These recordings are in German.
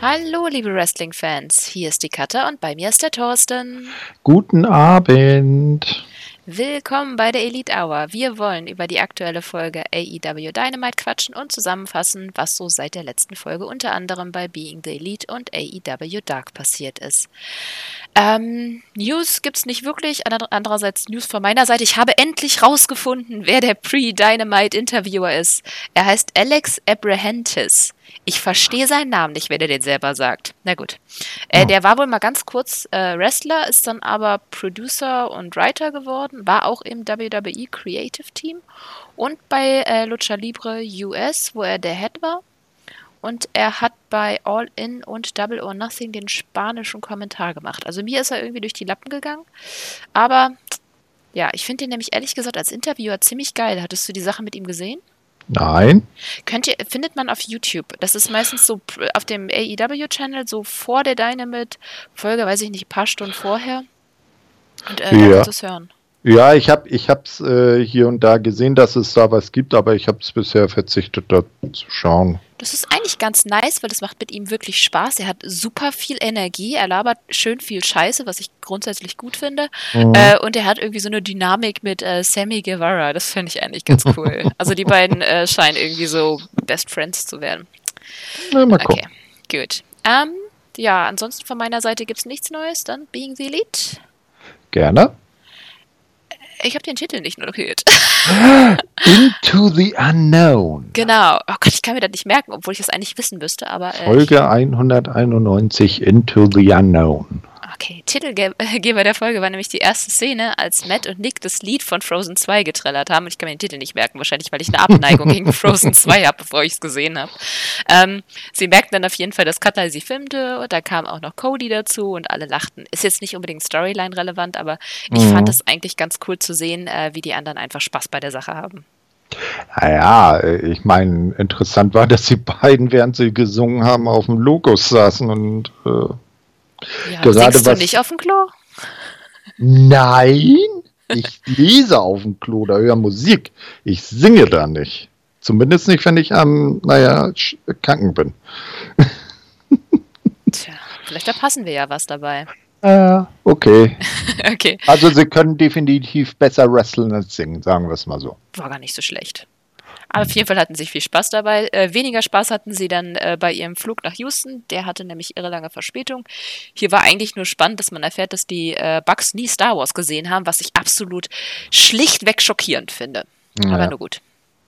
Hallo, liebe Wrestling-Fans. Hier ist die Katja und bei mir ist der Thorsten. Guten Abend. Willkommen bei der Elite Hour. Wir wollen über die aktuelle Folge AEW Dynamite quatschen und zusammenfassen, was so seit der letzten Folge unter anderem bei Being the Elite und AEW Dark passiert ist. News gibt's nicht wirklich. Andererseits News von meiner Seite. Ich habe endlich rausgefunden, wer der Pre-Dynamite-Interviewer ist. Er heißt Alex Abrahantes. Ich verstehe seinen Namen nicht, wenn er den selber sagt. Na gut. Der war wohl mal ganz kurz Wrestler, ist dann aber Producer und Writer geworden, war auch im WWE Creative Team und bei Lucha Libre US, wo er der Head war. Und er hat bei All In und Double or Nothing den spanischen Kommentar gemacht. Also mir ist er irgendwie durch die Lappen gegangen. Aber ja, ich finde ihn nämlich ehrlich gesagt als Interviewer ziemlich geil. Hattest du die Sache mit ihm gesehen? Nein. Findet man auf YouTube. Das ist meistens so auf dem AEW-Channel, so vor der Dynamite-Folge, weiß ich nicht, ein paar Stunden vorher. Und da kannst du es hören. Ja, ich hab's hier und da gesehen, dass es da was gibt, aber ich habe es bisher verzichtet, da zu schauen. Das ist eigentlich ganz nice, weil das macht mit ihm wirklich Spaß. Er hat super viel Energie, er labert schön viel Scheiße, was ich grundsätzlich gut finde. Und er hat irgendwie so eine Dynamik mit Sammy Guevara. Das finde ich eigentlich ganz cool. Also die beiden scheinen irgendwie so Best Friends zu werden. Na, mal gucken. Okay, gut. Ja, ansonsten von meiner Seite gibt es nichts Neues. Dann Being the Elite. Gerne. Ich habe den Titel nicht notiert. Into the Unknown. Genau. Oh Gott, ich kann mir das nicht merken, obwohl ich das eigentlich wissen müsste. Aber Folge 191 Into the Unknown. Okay, Titelgeber der Folge war nämlich die erste Szene, als Matt und Nick das Lied von Frozen 2 getrellert haben. Und ich kann mir den Titel nicht merken, wahrscheinlich, weil ich eine Abneigung gegen Frozen 2 habe, bevor ich es gesehen habe. Sie merkten dann auf jeden Fall, dass Katja sie filmte. Und da kam auch noch Cody dazu und alle lachten. Ist jetzt nicht unbedingt Storyline-relevant, aber ich fand es eigentlich ganz cool zu sehen, wie die anderen einfach Spaß bei der Sache haben. Naja, ich meine, interessant war, dass die beiden, während sie gesungen haben, auf dem Logos saßen und ja, gerade singst du nicht auf dem Klo? Nein, ich lese auf dem Klo, da höre Musik. Ich singe da nicht. Zumindest nicht, wenn ich kranken bin. Tja, vielleicht verpassen wir ja was dabei. Okay. Okay. Also sie können definitiv besser wrestlen als singen, sagen wir es mal so. War gar nicht so schlecht. Aber auf jeden Fall hatten sie viel Spaß dabei. Weniger Spaß hatten sie dann bei ihrem Flug nach Houston. Der hatte nämlich irre lange Verspätung. Hier war eigentlich nur spannend, dass man erfährt, dass die Bucks nie Star Wars gesehen haben, was ich absolut schlichtweg schockierend finde. Ja. Aber nur gut.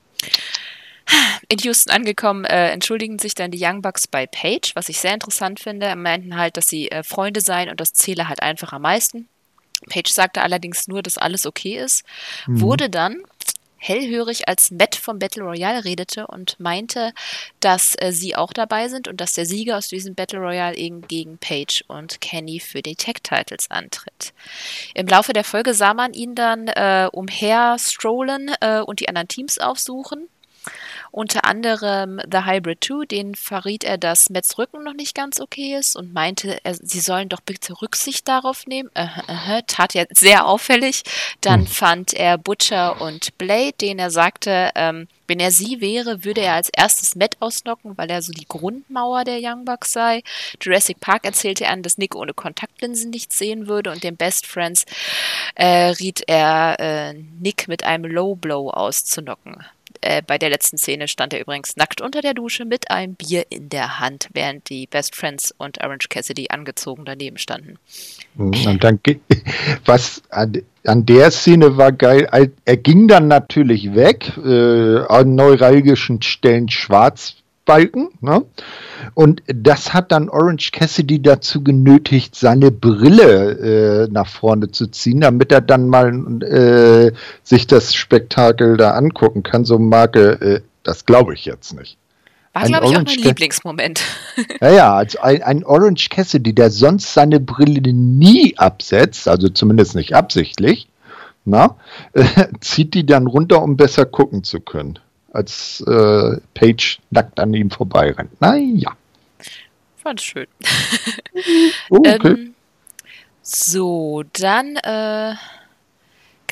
In Houston angekommen, entschuldigen sich dann die Young Bucks bei Paige, was ich sehr interessant finde. Meinten halt, dass sie Freunde seien und das zähle halt einfach am meisten. Paige sagte allerdings nur, dass alles okay ist. Wurde dann hellhörig, als Matt vom Battle Royale redete und meinte, dass sie auch dabei sind und dass der Sieger aus diesem Battle Royale eben gegen Paige und Kenny für die Tag-Titles antritt. Im Laufe der Folge sah man ihn dann umher strollen und die anderen Teams aufsuchen. Unter anderem The Hybrid 2, den verriet er, dass Matts Rücken noch nicht ganz okay ist und meinte, sie sollen doch bitte Rücksicht darauf nehmen. Tat ja sehr auffällig. Dann fand er Butcher und Blade, denen er sagte, wenn er sie wäre, würde er als erstes Matt ausnocken, weil er so die Grundmauer der Young Bucks sei. Jurassic Park erzählte er an, dass Nick ohne Kontaktlinsen nichts sehen würde und den Best Friends riet er, Nick mit einem Low Blow auszunocken. Bei der letzten Szene stand er übrigens nackt unter der Dusche mit einem Bier in der Hand, während die Best Friends und Orange Cassidy angezogen daneben standen. Und dann, was an der Szene war geil, er ging dann natürlich weg, an neuralgischen Stellen Schwarzbalken, ne? Und das hat dann Orange Cassidy dazu genötigt, seine Brille nach vorne zu ziehen, damit er dann mal sich das Spektakel da angucken kann. So Marke, das glaube ich jetzt nicht. War, glaube ich, auch mein Lieblingsmoment. Ja, also ein Orange Cassidy, der sonst seine Brille nie absetzt, also zumindest nicht absichtlich, zieht die dann runter, um besser gucken zu können, als Paige nackt an ihm vorbeirennt. Naja. Fand schön. Okay. So, dann gab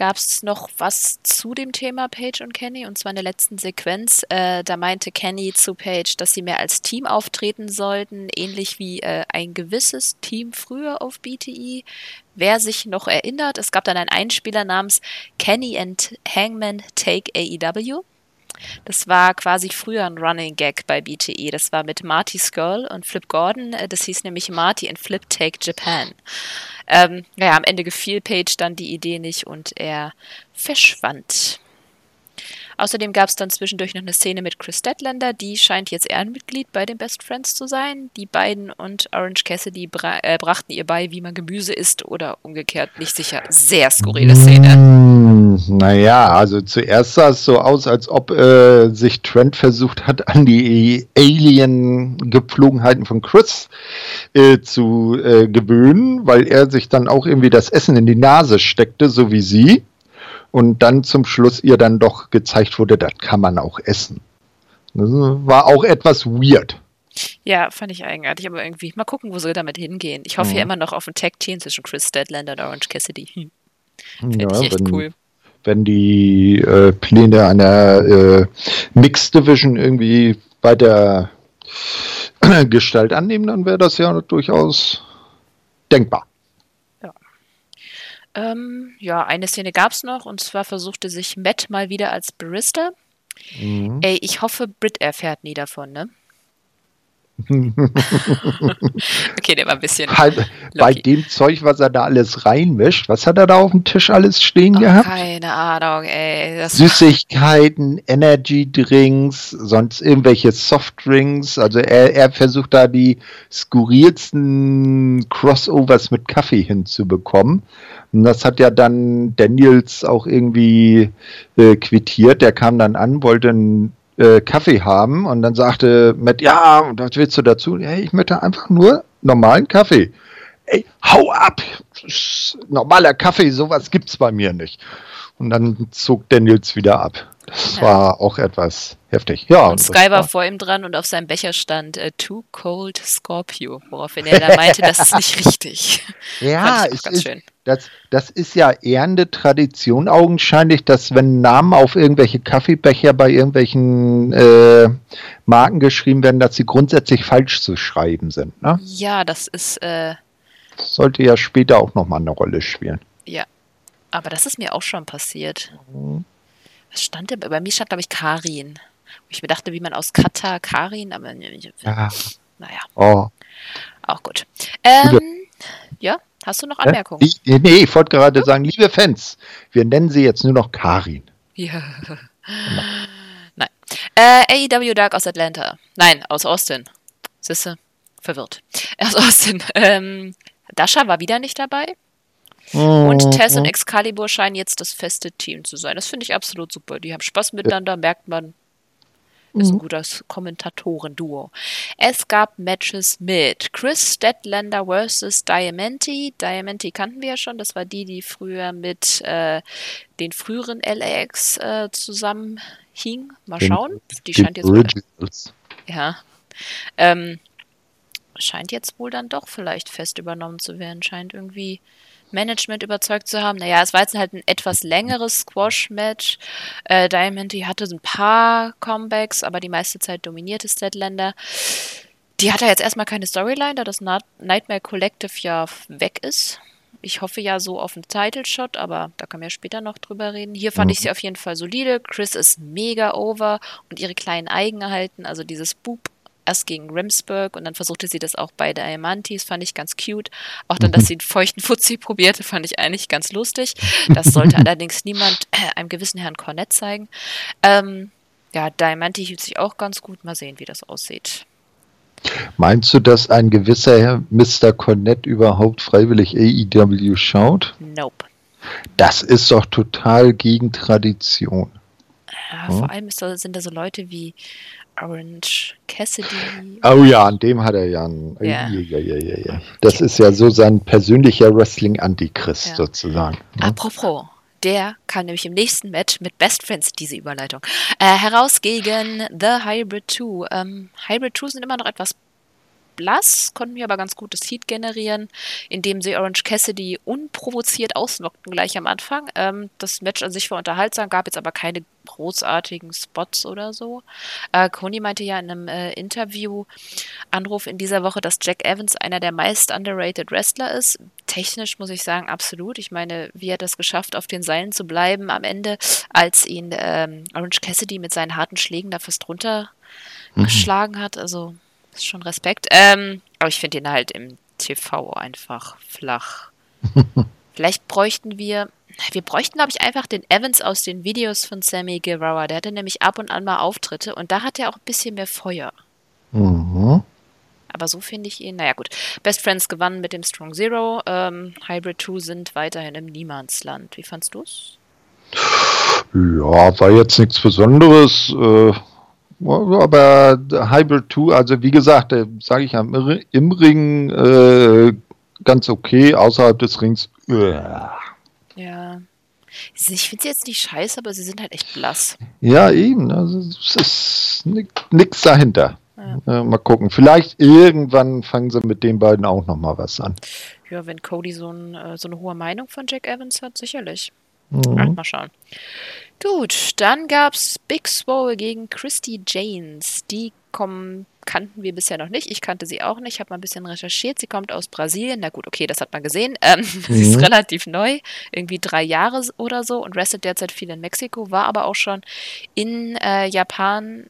gab es noch was zu dem Thema Paige und Kenny, und zwar in der letzten Sequenz. Da meinte Kenny zu Paige, dass sie mehr als Team auftreten sollten, ähnlich wie ein gewisses Team früher auf BTE. Wer sich noch erinnert, es gab dann einen Einspieler namens Kenny and Hangman Take AEW. Das war quasi früher ein Running Gag bei BTE. Das war mit Marty Scurll und Flip Gordon. Das hieß nämlich Marty and Flip Take Japan. Naja, am Ende gefiel Page dann die Idee nicht und er verschwand. Außerdem gab es dann zwischendurch noch eine Szene mit Chris Statlander, die scheint jetzt Ehrenmitglied bei den Best Friends zu sein. Die beiden und Orange Cassidy brachten ihr bei, wie man Gemüse isst oder umgekehrt, nicht sicher. Sehr skurrile Szene. Naja, also zuerst sah es so aus, als ob sich Trent versucht hat, an die Alien-Gepflogenheiten von Chris zu gewöhnen, weil er sich dann auch irgendwie das Essen in die Nase steckte, so wie sie. Und dann zum Schluss ihr dann doch gezeigt wurde, das kann man auch essen. Das war auch etwas weird. Ja, fand ich eigenartig, aber irgendwie, mal gucken, wo sie damit hingehen. Ich hoffe ja immer noch auf ein Tag-Team zwischen Chris Statlander und Orange Cassidy. Fände ich echt cool. Wenn die Pläne einer Mixed Division irgendwie weiter Gestalt annehmen, dann wäre das ja durchaus denkbar. Ja, eine Szene gab es noch, und zwar versuchte sich Matt mal wieder als Barista. Ey, ich hoffe, Britt erfährt nie davon, ne? Okay, der war ein bisschen bei dem Zeug, was er da alles reinmischt, was hat er da auf dem Tisch alles stehen gehabt? Keine Ahnung, ey. Süßigkeiten, Energy-Drinks, sonst irgendwelche Softdrinks. Also er versucht da die skurrilsten Crossovers mit Kaffee hinzubekommen. Und das hat ja dann Daniels auch irgendwie quittiert. Der kam dann an, wollte einen Kaffee haben, und dann sagte Matt, ja, was willst du dazu? Hey, ich möchte einfach nur normalen Kaffee. Ey, hau ab! Normaler Kaffee, sowas gibt's bei mir nicht. Und dann zog Daniels wieder ab. Das war auch etwas heftig. Ja, und Sky war vor ihm dran und auf seinem Becher stand Too Cold Scorpio, woraufhin er da meinte, das ist nicht richtig. Ja, das ist ja eher eine Tradition augenscheinlich, dass wenn Namen auf irgendwelche Kaffeebecher bei irgendwelchen Marken geschrieben werden, dass sie grundsätzlich falsch zu schreiben sind. Ne? Ja, das ist... sollte ja später auch nochmal eine Rolle spielen. Ja, aber das ist mir auch schon passiert. Was stand denn? Bei mir stand, glaube ich, Karin. Ich mir dachte, wie man aus Katar Karin, aber ja. Naja. Oh. Auch gut. Ja, hast du noch Anmerkungen? Nee, ich wollte gerade sagen, liebe Fans, wir nennen sie jetzt nur noch Karin. Ja. Nein. AEW Dark aus Atlanta. Nein, aus Austin. Siehste, verwirrt. Aus Austin. Dasha war wieder nicht dabei. Und Tess und Excalibur scheinen jetzt das feste Team zu sein. Das finde ich absolut super. Die haben Spaß miteinander, merkt man. Ist ein gutes Kommentatoren-Duo. Es gab Matches mit Chris Statlander vs. Diamante. Diamante kannten wir ja schon. Das war die früher mit den früheren LAX zusammen hing. Mal schauen. Die scheint jetzt wohl... Ja. Scheint jetzt wohl dann doch vielleicht fest übernommen zu werden. Scheint irgendwie Management überzeugt zu haben. Naja, es war jetzt halt ein etwas längeres Squash-Match. Diamante hatte ein paar Comebacks, aber die meiste Zeit dominierte Statlander. Die hat ja jetzt erstmal keine Storyline, da das Nightmare Collective ja weg ist. Ich hoffe ja so auf einen Title-Shot, aber da können wir später noch drüber reden. Hier fand ich sie auf jeden Fall solide. Chris ist mega over und ihre kleinen Eigenheiten, also dieses Boop, erst gegen Remsburg und dann versuchte sie das auch bei Diamantis, fand ich ganz cute. Auch dann, dass sie einen feuchten Fuzzi probierte, fand ich eigentlich ganz lustig. Das sollte allerdings niemand einem gewissen Herrn Cornette zeigen. Ja, Diamanti hielt sich auch ganz gut. Mal sehen, wie das aussieht. Meinst du, dass ein gewisser Mr. Cornette überhaupt freiwillig AEW schaut? Nope. Das ist doch total gegen Tradition. Ja, vor allem sind da so Leute wie Orange Cassidy. Oh ja, an dem hat er ja einen. Ja. Das ist ja so sein persönlicher Wrestling-Antichrist sozusagen. Ne? Apropos, der kann nämlich im nächsten Match mit Best Friends, diese Überleitung, heraus gegen The Hybrid 2. Hybrid 2 sind immer noch etwas blass, konnten mir aber ganz gutes Heat generieren, indem sie Orange Cassidy unprovoziert ausnockten gleich am Anfang. Das Match an sich war unterhaltsam, gab jetzt aber keine großartigen Spots oder so. Coney meinte ja in einem Interview-Anruf in dieser Woche, dass Jack Evans einer der meist underrated Wrestler ist. Technisch muss ich sagen, absolut. Ich meine, wie er das geschafft, auf den Seilen zu bleiben am Ende, als ihn Orange Cassidy mit seinen harten Schlägen da fast runtergeschlagen hat. Also ist schon Respekt. Aber ich finde ihn halt im TV einfach flach. Vielleicht bräuchten wir bräuchten, glaube ich, einfach den Evans aus den Videos von Sammy Guevara. Der hatte nämlich ab und an mal Auftritte und da hat er auch ein bisschen mehr Feuer. Aber so finde ich ihn, naja gut. Best Friends gewannen mit dem Strong Zero. Hybrid 2 sind weiterhin im Niemandsland. Wie fandst du's? Ja, war jetzt nichts Besonderes. Aber Hybrid 2, also wie gesagt, sage ich im Ring ganz okay, außerhalb des Rings. Ja. Ich finde sie jetzt nicht scheiße, aber sie sind halt echt blass. Ja, eben. Also es ist nichts dahinter. Ja. Mal gucken. Vielleicht irgendwann fangen sie mit den beiden auch nochmal was an. Ja, wenn Cody so eine hohe Meinung von Jack Evans hat, sicherlich. Mal schauen. Gut, dann gab's Big Swole gegen Christy Janes. Die kannten wir bisher noch nicht. Ich kannte sie auch nicht. Ich habe mal ein bisschen recherchiert. Sie kommt aus Brasilien. Na gut, okay, das hat man gesehen. Sie ist relativ neu, irgendwie 3 Jahre oder so und wrestelt derzeit viel in Mexiko, war aber auch schon in Japan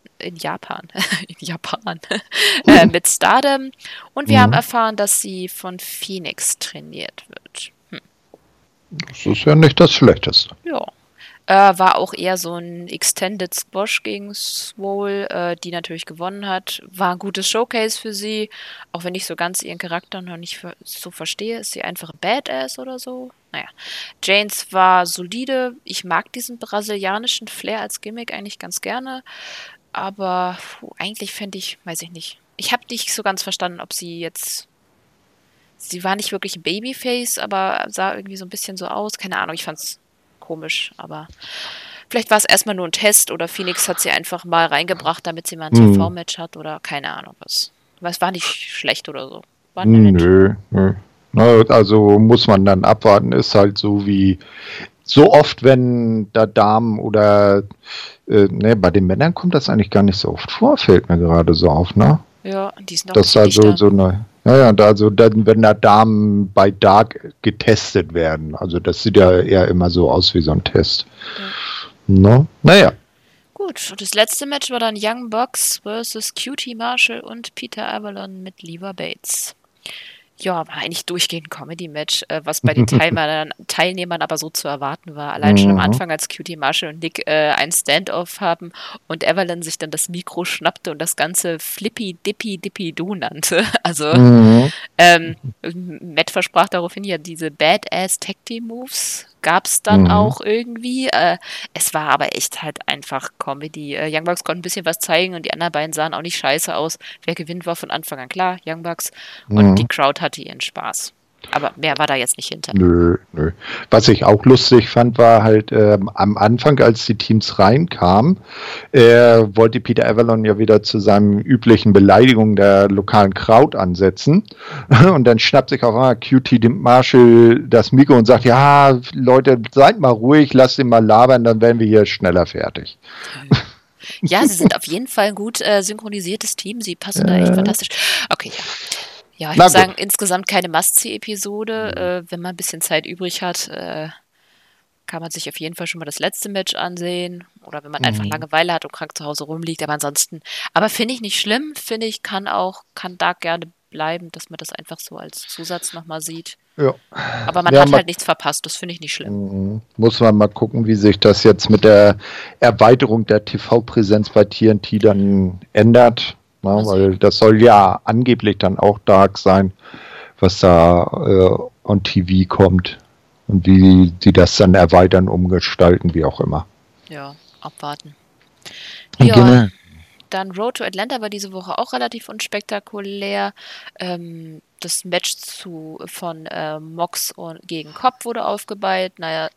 mit Stardom. Und wir haben erfahren, dass sie von Phoenix trainiert wird. Das ist ja nicht das Schlechteste. Ja. War auch eher so ein Extended Squash gegen Swole, die natürlich gewonnen hat. War ein gutes Showcase für sie, auch wenn ich so ganz ihren Charakter noch nicht so verstehe. Ist sie einfach Badass oder so? Naja. Janes war solide. Ich mag diesen brasilianischen Flair als Gimmick eigentlich ganz gerne. Aber eigentlich weiß ich nicht. Ich habe nicht so ganz verstanden, ob sie jetzt... Sie war nicht wirklich ein Babyface, aber sah irgendwie so ein bisschen so aus. Keine Ahnung, ich fand's komisch, aber vielleicht war es erstmal nur ein Test oder Phoenix hat sie einfach mal reingebracht, damit sie mal ein TV-Match hat oder keine Ahnung was. Aber es war nicht schlecht oder so. War nö. Also muss man dann abwarten, ist halt so wie so oft, wenn da Damen oder bei den Männern kommt das eigentlich gar nicht so oft vor, fällt mir gerade so auf, ne? Ja, die sind auch das also so eine. Ja, also dann, wenn da Damen bei Dark getestet werden. Also das sieht ja eher immer so aus wie so ein Test. Ja. No? Naja. Gut, und das letzte Match war dann Young Bucks versus QT Marshall und Peter Avalon mit Leva Bates. Ja, war eigentlich durchgehend Comedy-Match, was bei den Teilnehmern aber so zu erwarten war. Allein schon am Anfang, als QT Marshall und Nick ein Standoff haben und Evelyn sich dann das Mikro schnappte und das Ganze Flippy-Dippy-Dippy-Do nannte. Also Matt versprach daraufhin ja diese Badass-Tag-Team-Moves. Gab es dann auch irgendwie. Es war aber echt halt einfach Comedy. Young Bucks konnten ein bisschen was zeigen und die anderen beiden sahen auch nicht scheiße aus. Wer gewinnt, war von Anfang an klar, Young Bucks. Und die Crowd hatte ihren Spaß. Aber mehr war da jetzt nicht hinter. Nö. Was ich auch lustig fand, war halt am Anfang, als die Teams reinkamen, wollte Peter Avalon ja wieder zu seinen üblichen Beleidigungen der lokalen Crowd ansetzen. Und dann schnappt sich auch QT Marshall das Mikro und sagt, ja, Leute, seid mal ruhig, lasst ihn mal labern, dann werden wir hier schneller fertig. Ja, sie sind auf jeden Fall ein gut synchronisiertes Team. Sie passen da echt fantastisch. Okay, ja. Ja, ich muss sagen, insgesamt keine Must-See-Episode. Wenn man ein bisschen Zeit übrig hat, kann man sich auf jeden Fall schon mal das letzte Match ansehen. Oder wenn man einfach Langeweile hat und krank zu Hause rumliegt. Aber ansonsten, finde ich nicht schlimm. Finde ich, kann da gerne bleiben, dass man das einfach so als Zusatz nochmal sieht. Ja. Aber man hat halt nichts verpasst. Das finde ich nicht schlimm. Muss man mal gucken, wie sich das jetzt mit der Erweiterung der TV-Präsenz bei TNT dann ändert. Ja, weil das soll ja angeblich dann auch Dark sein, was da on TV kommt und wie die das dann erweitern, umgestalten, wie auch immer. Ja, abwarten. Ja, genau. Dann Road to Atlanta war diese Woche auch relativ unspektakulär. Das Match von Mox gegen Cobb wurde aufgebaut.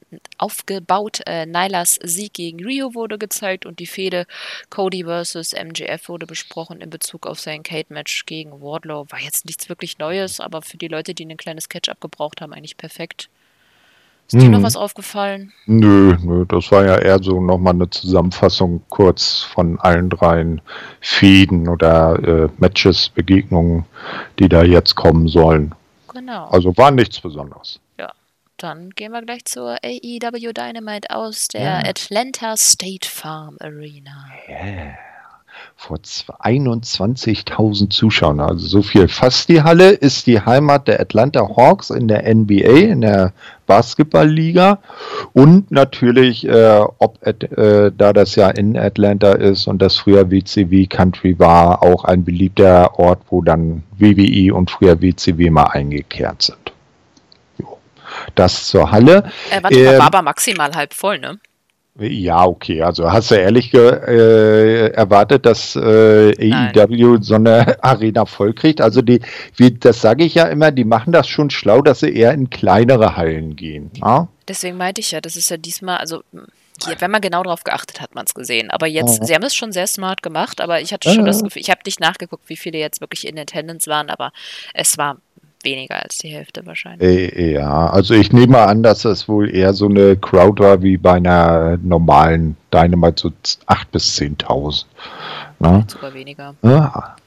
Nylas Sieg gegen Rio wurde gezeigt und die Fehde Cody vs. MJF wurde besprochen in Bezug auf sein Cage-Match gegen Wardlow. War jetzt nichts wirklich Neues, aber für die Leute, die ein kleines Catch-up gebraucht haben, eigentlich perfekt. Ist dir noch was aufgefallen? Nö, das war ja eher so nochmal eine Zusammenfassung kurz von allen dreien Fäden oder Matches, Begegnungen, die da jetzt kommen sollen. Genau. Also war nichts Besonderes. Ja, dann gehen wir gleich zur AEW Dynamite aus der Atlanta State Farm Arena. Yeah. Vor 21.000 Zuschauern, also so viel. Fast die Halle ist die Heimat der Atlanta Hawks in der NBA, in der Basketballliga und natürlich, da das ja in Atlanta ist und das früher WCW Country war, auch ein beliebter Ort, wo dann WWE und früher WCW mal eingekehrt sind. Jo. Das zur Halle. Warte mal, war aber maximal halb voll, ne? Ja, okay. Also hast du ehrlich erwartet, dass AEW so eine Arena vollkriegt? Also das sage ich ja immer, die machen das schon schlau, dass sie eher in kleinere Hallen gehen. Ja? Deswegen meinte ich ja, das ist ja diesmal, also hier, wenn man genau darauf geachtet hat, man es gesehen. Aber jetzt, sie haben es schon sehr smart gemacht, aber ich hatte schon das Gefühl, ich habe nicht nachgeguckt, wie viele jetzt wirklich in Attendance waren, aber es war weniger als die Hälfte wahrscheinlich. Ja, also ich nehme mal an, dass das wohl eher so eine Crowd war wie bei einer normalen Dynamite, so 8.000 bis 10.000. Ne? Sogar weniger. Ja,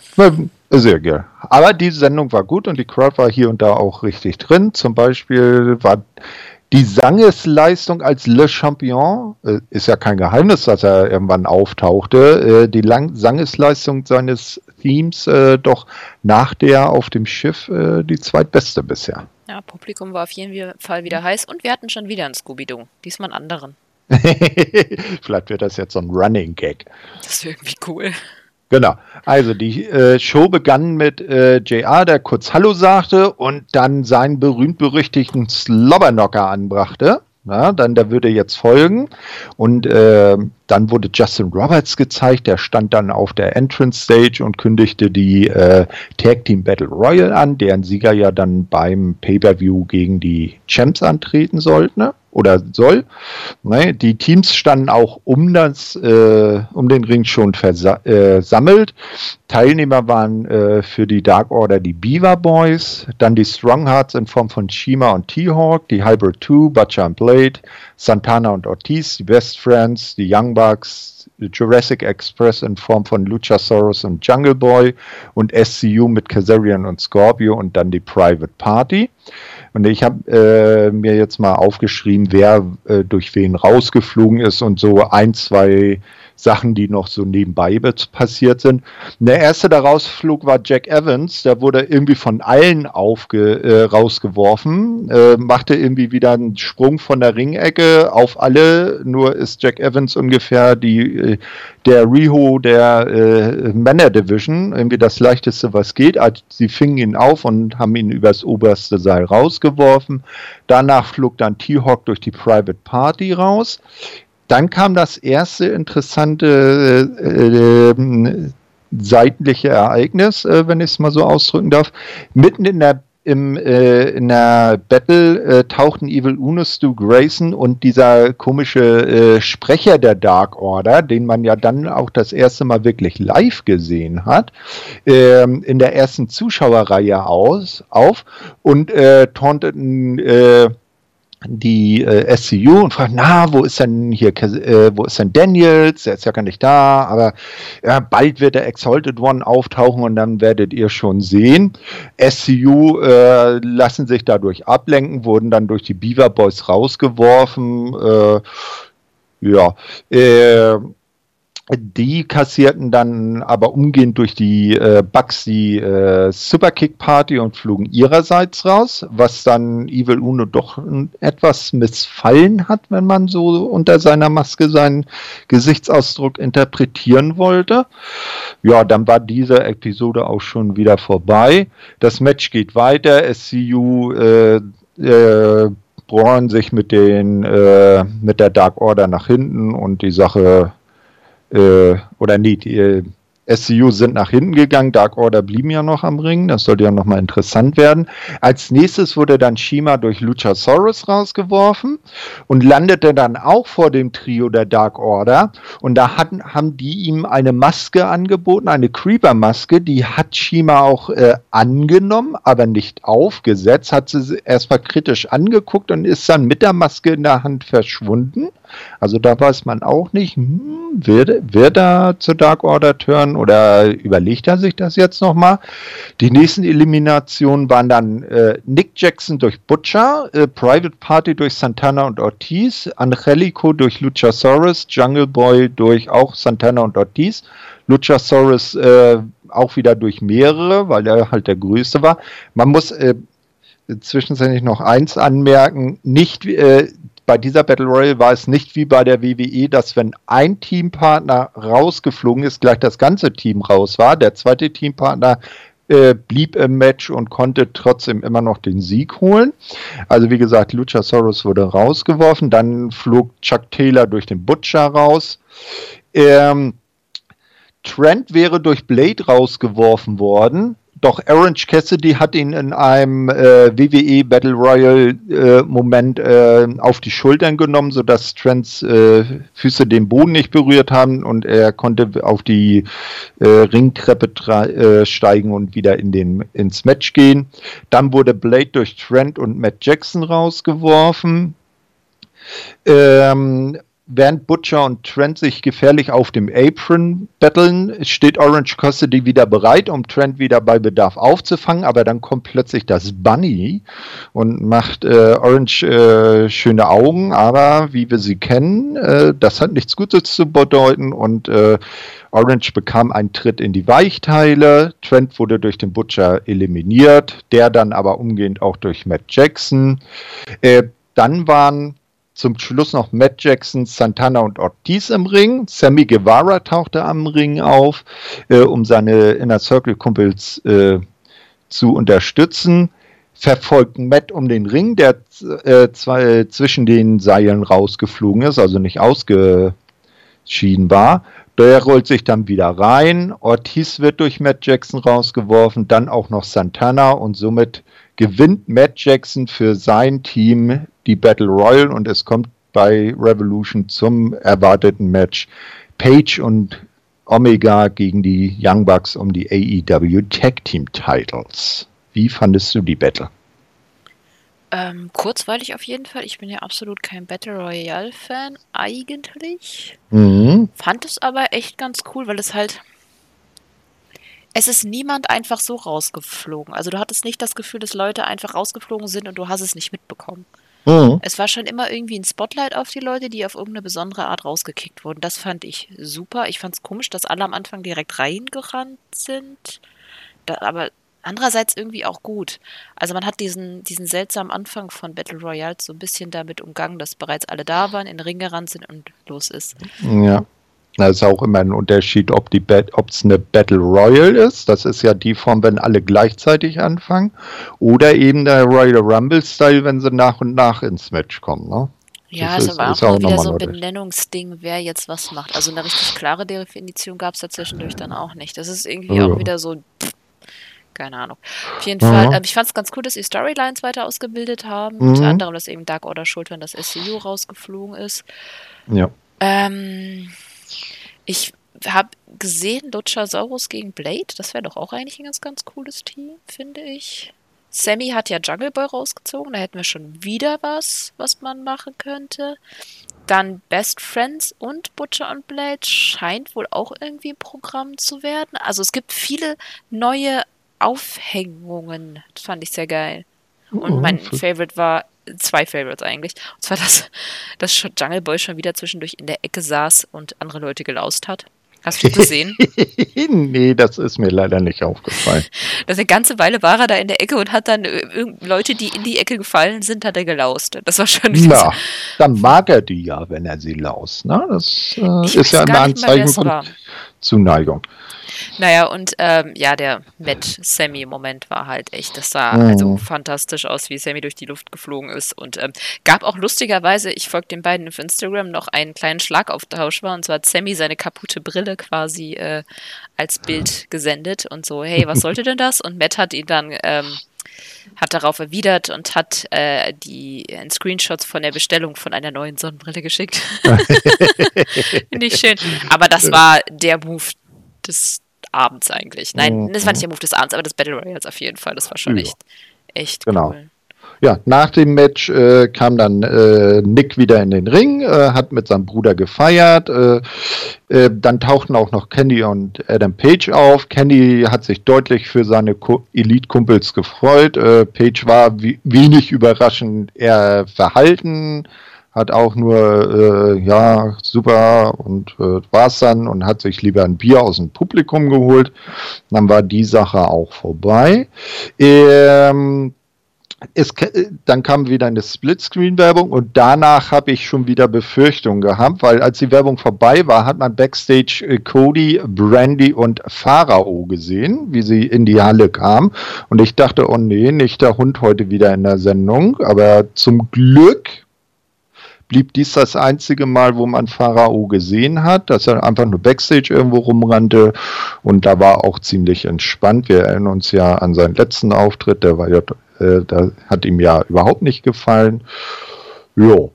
sehr geil. Aber die Sendung war gut und die Crowd war hier und da auch richtig drin. Zum Beispiel war die Sangesleistung als Le Champion, ist ja kein Geheimnis, dass er irgendwann auftauchte, die Sangesleistung seines Themes doch nach der auf dem Schiff die zweitbeste bisher. Ja, Publikum war auf jeden Fall wieder heiß und wir hatten schon wieder einen Scooby-Doo, diesmal einen anderen. Vielleicht wird das jetzt so ein Running Gag. Das ist irgendwie cool. Genau, also die Show begann mit JR, der kurz Hallo sagte und dann seinen berühmt-berüchtigten Slobberknocker anbrachte. Na, dann der würde jetzt folgen und dann wurde Justin Roberts gezeigt, der stand dann auf der Entrance Stage und kündigte die Tag Team Battle Royal an, deren Sieger ja dann beim Pay-Per-View gegen die Champs antreten sollte, ne? Oder soll. Ne? Die Teams standen auch um den Ring schon versammelt. Teilnehmer waren für die Dark Order die Beaver Boys, dann die Stronghearts in Form von Shima und T-Hawk, die Hybrid 2, Butcher and Blade, Santana und Ortiz, die Best Friends, die Young Bucks, die Jurassic Express in Form von Luchasaurus und Jungle Boy und SCU mit Kazarian und Scorpio und dann die Private Party. Und ich habe mir jetzt mal aufgeschrieben, wer durch wen rausgeflogen ist und so 1, 2 Sachen, die noch so nebenbei passiert sind. Der erste, der rausflog, war Jack Evans. Der wurde irgendwie von allen rausgeworfen, machte irgendwie wieder einen Sprung von der Ringecke auf alle. Nur ist Jack Evans ungefähr der Riho der Männer-Division. Irgendwie das Leichteste, was geht. Also sie fingen ihn auf und haben ihn übers oberste Seil rausgeworfen. Danach flog dann T-Hawk durch die Private Party raus. Dann kam das erste interessante seitliche Ereignis, wenn ich es mal so ausdrücken darf. Mitten in der Battle tauchten Evil Uno, Stu Grayson und dieser komische Sprecher der Dark Order, den man ja dann auch das erste Mal wirklich live gesehen hat, in der ersten Zuschauerreihe auf und taunteten die SCU und fragt, wo ist denn Daniels? Der ist ja gar nicht da, aber bald wird der Exalted One auftauchen und dann werdet ihr schon sehen. SCU lassen sich dadurch ablenken, wurden dann durch die Beaver Boys rausgeworfen. Die kassierten dann aber umgehend durch die Bucks die Superkick Party und flogen ihrerseits raus, was dann Evil Uno doch etwas missfallen hat, wenn man so unter seiner Maske seinen Gesichtsausdruck interpretieren wollte. Ja, dann war diese Episode auch schon wieder vorbei. Das Match geht weiter. SCU bohren sich mit der Dark Order nach hinten und die Sache oder nee, die SCU sind nach hinten gegangen, Dark Order blieben ja noch am Ring, das sollte ja nochmal interessant werden. Als nächstes wurde dann Shima durch Luchasaurus rausgeworfen und landete dann auch vor dem Trio der Dark Order und da haben die ihm eine Maske angeboten, eine Creeper-Maske, die hat Shima auch angenommen, aber nicht aufgesetzt, hat sie erstmal kritisch angeguckt und ist dann mit der Maske in der Hand verschwunden. Also da weiß man auch nicht, wird er zur Dark Order turnen oder überlegt er sich das jetzt nochmal? Die nächsten Eliminationen waren dann Nick Jackson durch Butcher, Private Party durch Santana und Ortiz, Angelico durch Luchasaurus, Jungle Boy durch auch Santana und Ortiz, Luchasaurus auch wieder durch mehrere, weil er halt der Größte war. Man muss zwischenzeitlich noch eins anmerken, nicht bei dieser Battle Royale war es nicht wie bei der WWE, dass wenn ein Teampartner rausgeflogen ist, gleich das ganze Team raus war. Der zweite Teampartner blieb im Match und konnte trotzdem immer noch den Sieg holen. Also wie gesagt, Luchasaurus wurde rausgeworfen, dann flog Chuck Taylor durch den Butcher raus. Trent wäre durch Blade rausgeworfen worden. Doch Orange Cassidy hat ihn in einem WWE Battle Royale Moment auf die Schultern genommen, sodass Trents Füße den Boden nicht berührt haben und er konnte auf die Ringtreppe steigen und wieder ins Match gehen. Dann wurde Blade durch Trent und Matt Jackson rausgeworfen. Während Butcher und Trent sich gefährlich auf dem Apron battlen, steht Orange Cassidy wieder bereit, um Trent wieder bei Bedarf aufzufangen, aber dann kommt plötzlich das Bunny und macht Orange schöne Augen, aber wie wir sie kennen, das hat nichts Gutes zu bedeuten und Orange bekam einen Tritt in die Weichteile, Trent wurde durch den Butcher eliminiert, der dann aber umgehend auch durch Matt Jackson. Dann waren zum Schluss noch Matt Jackson, Santana und Ortiz im Ring. Sammy Guevara tauchte am Ring auf, um seine Inner Circle Kumpels zu unterstützen. Verfolgten Matt um den Ring, der zwischen den Seilen rausgeflogen ist, also nicht ausgeschieden war. Der rollt sich dann wieder rein. Ortiz wird durch Matt Jackson rausgeworfen, dann auch noch Santana und somit gewinnt Matt Jackson für sein Team die Battle Royale und es kommt bei Revolution zum erwarteten Match Page und Omega gegen die Young Bucks um die AEW Tag Team Titles. Wie fandest du die Battle? Kurzweilig auf jeden Fall. Ich bin ja absolut kein Battle Royale Fan eigentlich. Fand es aber echt ganz cool, weil es ist niemand einfach so rausgeflogen. Also du hattest nicht das Gefühl, dass Leute einfach rausgeflogen sind und du hast es nicht mitbekommen. Es war schon immer irgendwie ein Spotlight auf die Leute, die auf irgendeine besondere Art rausgekickt wurden. Das fand ich super. Ich fand es komisch, dass alle am Anfang direkt reingerannt sind. Aber andererseits irgendwie auch gut. Also man hat diesen seltsamen Anfang von Battle Royale so ein bisschen damit umgangen, dass bereits alle da waren, in den Ring gerannt sind und los ist. Ja. Das ist auch immer ein Unterschied, ob es eine Battle Royale ist, das ist ja die Form, wenn alle gleichzeitig anfangen, oder eben der Royal Rumble-Style, wenn sie nach und nach ins Match kommen. Ne? Ja, es war auch wieder so ein Benennungsding, wer jetzt was macht. Also eine richtig klare Definition gab es dazwischendurch dann auch nicht. Das ist irgendwie auch wieder so, keine Ahnung. Auf jeden Fall, ich fand es ganz cool, dass sie Storylines weiter ausgebildet haben. Unter anderem, dass eben Dark Order schuld, wenn das SCU rausgeflogen ist. Ja. Ich habe gesehen, Luchasaurus gegen Blade. Das wäre doch auch eigentlich ein ganz, ganz cooles Team, finde ich. Sammy hat ja Jungle Boy rausgezogen. Da hätten wir schon wieder was man machen könnte. Dann Best Friends und Butcher und Blade scheint wohl auch irgendwie ein Programm zu werden. Also es gibt viele neue Aufhängungen. Das fand ich sehr geil. Und mein Favorite war, 2 Favorites eigentlich. Und zwar, dass Jungle Boy schon wieder zwischendurch in der Ecke saß und andere Leute gelaust hat. Hast du das gesehen? Nee, das ist mir leider nicht aufgefallen. Eine ganze Weile war er da in der Ecke und hat dann Leute, die in die Ecke gefallen sind, hat er gelaust. Das war schon wieder so. Dann mag er die ja, wenn er sie laust. Ne? Das ist ja immer ein Zeichen von Zuneigung. Naja, und ja, der Matt-Sammy-Moment war halt echt, das sah also fantastisch aus, wie Sammy durch die Luft geflogen ist. Und gab auch lustigerweise, ich folge den beiden auf Instagram, noch einen kleinen Schlagauftausch war. Und zwar hat Sammy seine kaputte Brille quasi als Bild gesendet und so, hey, was sollte denn das? Und Matt hat ihn dann hat darauf erwidert und hat die Screenshots von der Bestellung von einer neuen Sonnenbrille geschickt. Finde ich schön. Aber das war der Move des Abends eigentlich. Nein, das war nicht der Move des Abends, aber des Battle Royals auf jeden Fall. Das war schon echt genau. cool. Ja, nach dem Match kam dann Nick wieder in den Ring, hat mit seinem Bruder gefeiert. Dann tauchten auch noch Kenny und Adam Page auf. Kenny hat sich deutlich für seine Elite-Kumpels gefreut. Page war wenig überraschend eher verhalten, hat auch nur, ja, super und war's dann und hat sich lieber ein Bier aus dem Publikum geholt. Dann war die Sache auch vorbei. Dann kam wieder eine Splitscreen-Werbung und danach habe ich schon wieder Befürchtungen gehabt, weil als die Werbung vorbei war, hat man Backstage Cody, Brandy und Pharao gesehen, wie sie in die Halle kamen. Und ich dachte, oh nee, nicht der Hund heute wieder in der Sendung. Aber zum Glück blieb dies das einzige Mal, wo man Pharao gesehen hat, dass er einfach nur Backstage irgendwo rumrannte und da war auch ziemlich entspannt. Wir erinnern uns ja an seinen letzten Auftritt, der war ja, da hat ihm ja überhaupt nicht gefallen. Jo.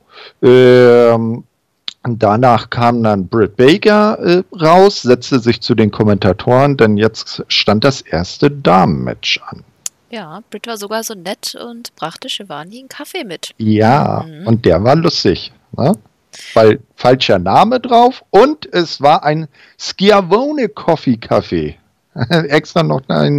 Danach kam dann Britt Baker raus, setzte sich zu den Kommentatoren, denn jetzt stand das erste Damen-Match an. Ja, Britt war sogar so nett und brachte Shivani einen Kaffee mit. Ja, und der war lustig, ne? Weil falscher Name drauf und es war ein Schiavone Coffee Kaffee. Extra noch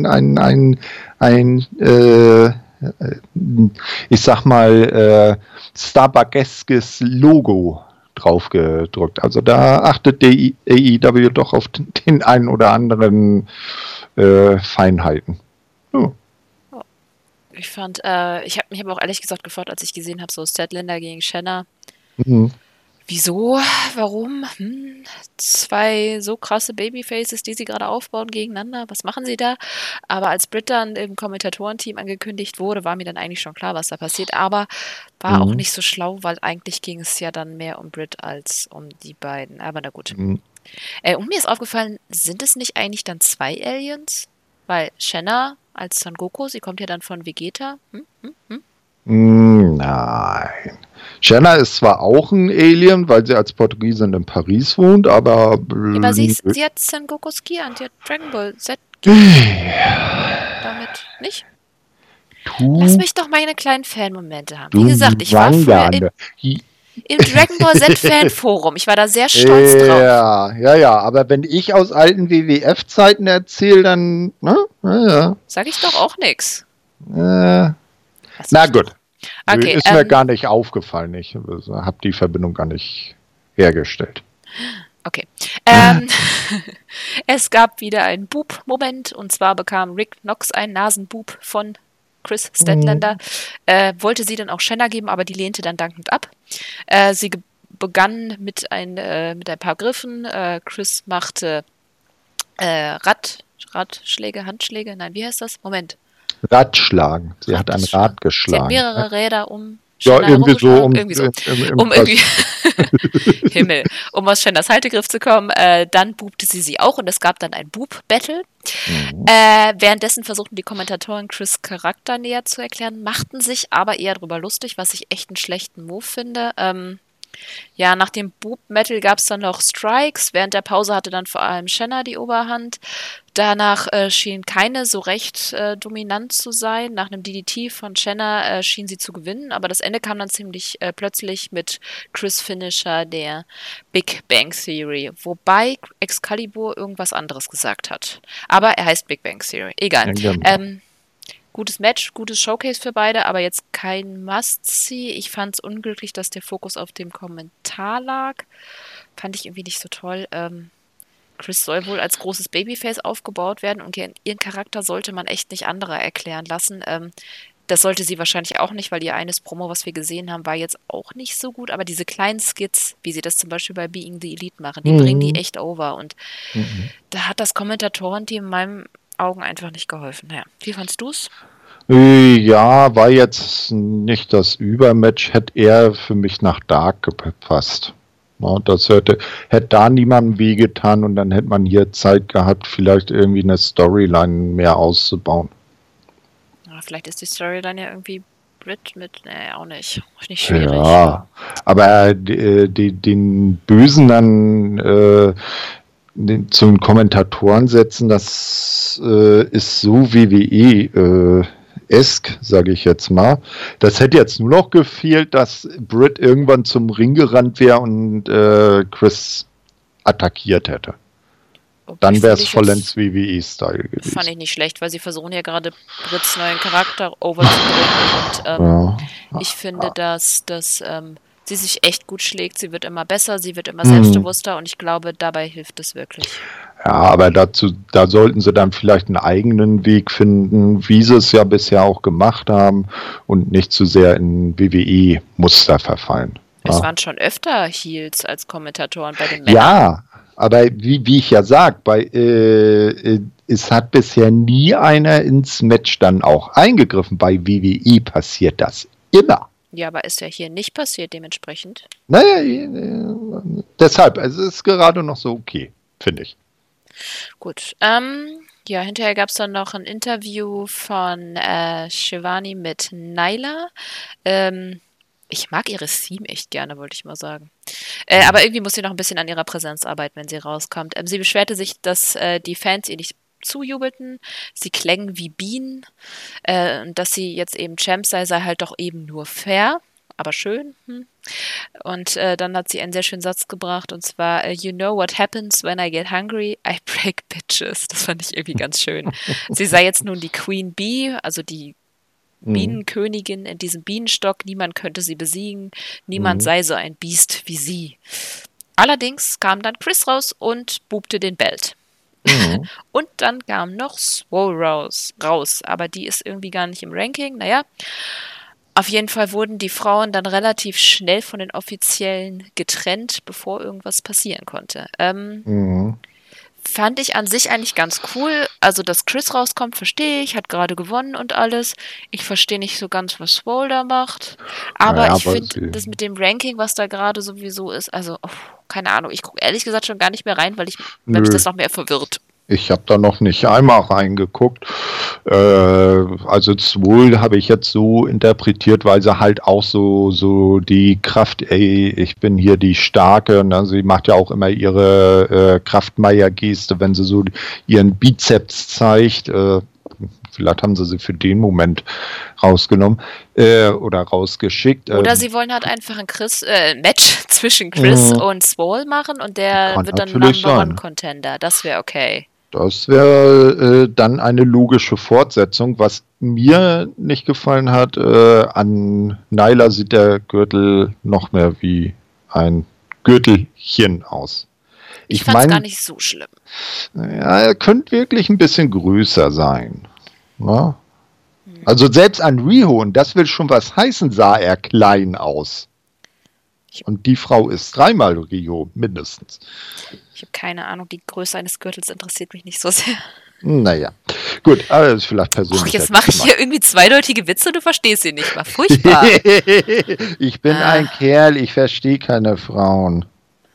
ich sag mal, Starbuckeskes Logo drauf gedruckt. Also da achtet die AEW doch auf den einen oder anderen Feinheiten. Oh. Ich fand, ich habe mich aber auch ehrlich gesagt gefragt, als ich gesehen habe, so Statlander gegen Shanna. Wieso? Warum? Zwei so krasse Babyfaces, die sie gerade aufbauen gegeneinander. Was machen sie da? Aber als Britt dann im Kommentatorenteam angekündigt wurde, war mir dann eigentlich schon klar, was da passiert. Aber war auch nicht so schlau, weil eigentlich ging es ja dann mehr um Britt als um die beiden. Aber na gut. Und mir ist aufgefallen, sind es nicht eigentlich dann zwei Aliens? Weil Shanna als Son Goku, sie kommt ja dann von Vegeta. Nein. Shanna ist zwar auch ein Alien, weil sie als Portugiesin in Paris wohnt, aber... Ja, aber sie hat Son Gokus Ki an, die hat Dragon Ball Z damit nicht? Lass mich doch meine kleinen Fan-Momente haben. Wie gesagt, ich war früher im Dragon Ball Z Fan-Forum. Ich war da sehr stolz drauf. Ja, aber wenn ich aus alten WWF-Zeiten erzähle, dann... Ja. Sag ich doch auch nix. Na gut. Okay, ist mir gar nicht aufgefallen. Ich habe die Verbindung gar nicht hergestellt. Okay. Es gab wieder einen Boob-Moment und zwar bekam Rick Knox einen Nasenboob von Chris Statlander. Wollte sie dann auch Shanna geben, aber die lehnte dann dankend ab. Sie begann mit ein paar Griffen. Chris machte Radschläge, Handschläge. Nein, wie heißt das? Moment. Radschlagen. Sie hat ein Rad geschlagen. Sie hat mehrere Räder um Shanna irgendwie so. Um aus Shannas Haltegriff zu kommen. Dann boobte sie auch und es gab dann ein Boob-Battle. Währenddessen versuchten die Kommentatoren Chris' Charakter näher zu erklären, machten sich aber eher drüber lustig, was ich echt einen schlechten Move finde. Ja, nach dem Boob-Metal gab es dann noch Strikes. Während der Pause hatte dann vor allem Shanna die Oberhand. Danach schien keine so recht dominant zu sein. Nach einem DDT von Shanna schien sie zu gewinnen. Aber das Ende kam dann ziemlich plötzlich mit Chris' Finisher, der Big Bang Theory. Wobei Excalibur irgendwas anderes gesagt hat. Aber er heißt Big Bang Theory. Egal. Ja, genau. Gutes Match, gutes Showcase für beide, aber jetzt kein Must-See. Ich fand es unglücklich, dass der Fokus auf dem Kommentar lag. Fand ich irgendwie nicht so toll. Chris soll wohl als großes Babyface aufgebaut werden und ihren Charakter sollte man echt nicht anderer erklären lassen. Das sollte sie wahrscheinlich auch nicht, weil ihr eines Promo, was wir gesehen haben, war jetzt auch nicht so gut. Aber diese kleinen Skits, wie sie das zum Beispiel bei Being the Elite machen, die bringen die echt over. Und da hat das Kommentatorenteam in meinen Augen einfach nicht geholfen. Naja, wie fandst du's? Ja, war jetzt nicht das Übermatch, hätte eher für mich nach Dark gepasst. Ja, das hätte da niemandem wehgetan und dann hätte man hier Zeit gehabt, vielleicht irgendwie eine Storyline mehr auszubauen. Ja, vielleicht ist die Storyline ja irgendwie Brit mit, nee, auch nicht. Nicht schwierig. Ja, aber den Bösen dann zu den Kommentatoren setzen, das ist so WWE esk, sage ich jetzt mal. Das hätte jetzt nur noch gefehlt, dass Britt irgendwann zum Ring gerannt wäre und Chris attackiert hätte. Dann wäre es vollends WWE-Style gewesen. Fand ich nicht schlecht, weil sie versuchen ja gerade Britts neuen Charakter overzubringen. Und ich finde, dass sie sich echt gut schlägt. Sie wird immer besser, sie wird immer selbstbewusster und ich glaube, dabei hilft es wirklich. Ja, aber da sollten sie dann vielleicht einen eigenen Weg finden, wie sie es ja bisher auch gemacht haben und nicht zu sehr in WWE-Muster verfallen. Es waren schon öfter Heels als Kommentatoren bei den Männern. Ja, aber wie ich ja sage, es hat bisher nie einer ins Match dann auch eingegriffen. Bei WWE passiert das immer. Ja, aber ist ja hier nicht passiert dementsprechend. Naja, deshalb, es ist gerade noch so okay, finde ich. Gut, ja, hinterher gab es dann noch ein Interview von Shivani mit Nyla. Ich mag ihre Theme echt gerne, wollte ich mal sagen. Aber irgendwie muss sie noch ein bisschen an ihrer Präsenz arbeiten, wenn sie rauskommt. Sie beschwerte sich, dass die Fans ihr nicht zujubelten. Sie klängen wie Bienen. Und dass sie jetzt eben Champ sei halt doch eben nur fair. Aber schön. Und dann hat sie einen sehr schönen Satz gebracht. Und zwar, you know what happens when I get hungry? I break bitches. Das fand ich irgendwie ganz schön. Sie sei jetzt nun die Queen Bee, also die Bienenkönigin in diesem Bienenstock. Niemand könnte sie besiegen. Niemand sei so ein Biest wie sie. Allerdings kam dann Chris raus und bubte den Belt. Und dann kam noch Swole raus. Aber die ist irgendwie gar nicht im Ranking. Naja, auf jeden Fall wurden die Frauen dann relativ schnell von den Offiziellen getrennt, bevor irgendwas passieren konnte. Fand ich an sich eigentlich ganz cool. Also, dass Chris rauskommt, verstehe ich. Hat gerade gewonnen und alles. Ich verstehe nicht so ganz, was Swole da macht. Aber ich finde, das mit dem Ranking, was da gerade sowieso ist, also, keine Ahnung. Ich gucke ehrlich gesagt schon gar nicht mehr rein, weil mich das noch mehr verwirrt. Ich habe da noch nicht einmal reingeguckt. Also Swole habe ich jetzt so interpretiert, weil sie halt auch so die Kraft, ich bin hier die Starke. Und sie macht ja auch immer ihre Kraftmeier-Geste, wenn sie so ihren Bizeps zeigt. Vielleicht haben sie für den Moment rausgenommen oder rausgeschickt. Oder sie wollen halt einfach ein Match zwischen Chris und Swole machen und der wird dann Number-One-Contender. Das wäre okay. Das wäre dann eine logische Fortsetzung. Was mir nicht gefallen hat, an Nyla sieht der Gürtel noch mehr wie ein Gürtelchen aus. Ich fand es gar nicht so schlimm. Ja, er könnte wirklich ein bisschen größer sein. Na? Also selbst an Riho, und das will schon was heißen, sah er klein aus. Und die Frau ist 3-mal Riho, mindestens. Ich habe keine Ahnung, die Größe eines Gürtels interessiert mich nicht so sehr. Naja, gut, aber das ist vielleicht persönlich. Jetzt mache ich hier irgendwie zweideutige Witze, du verstehst sie nicht mal. Furchtbar. Ich bin ein Kerl, ich verstehe keine Frauen.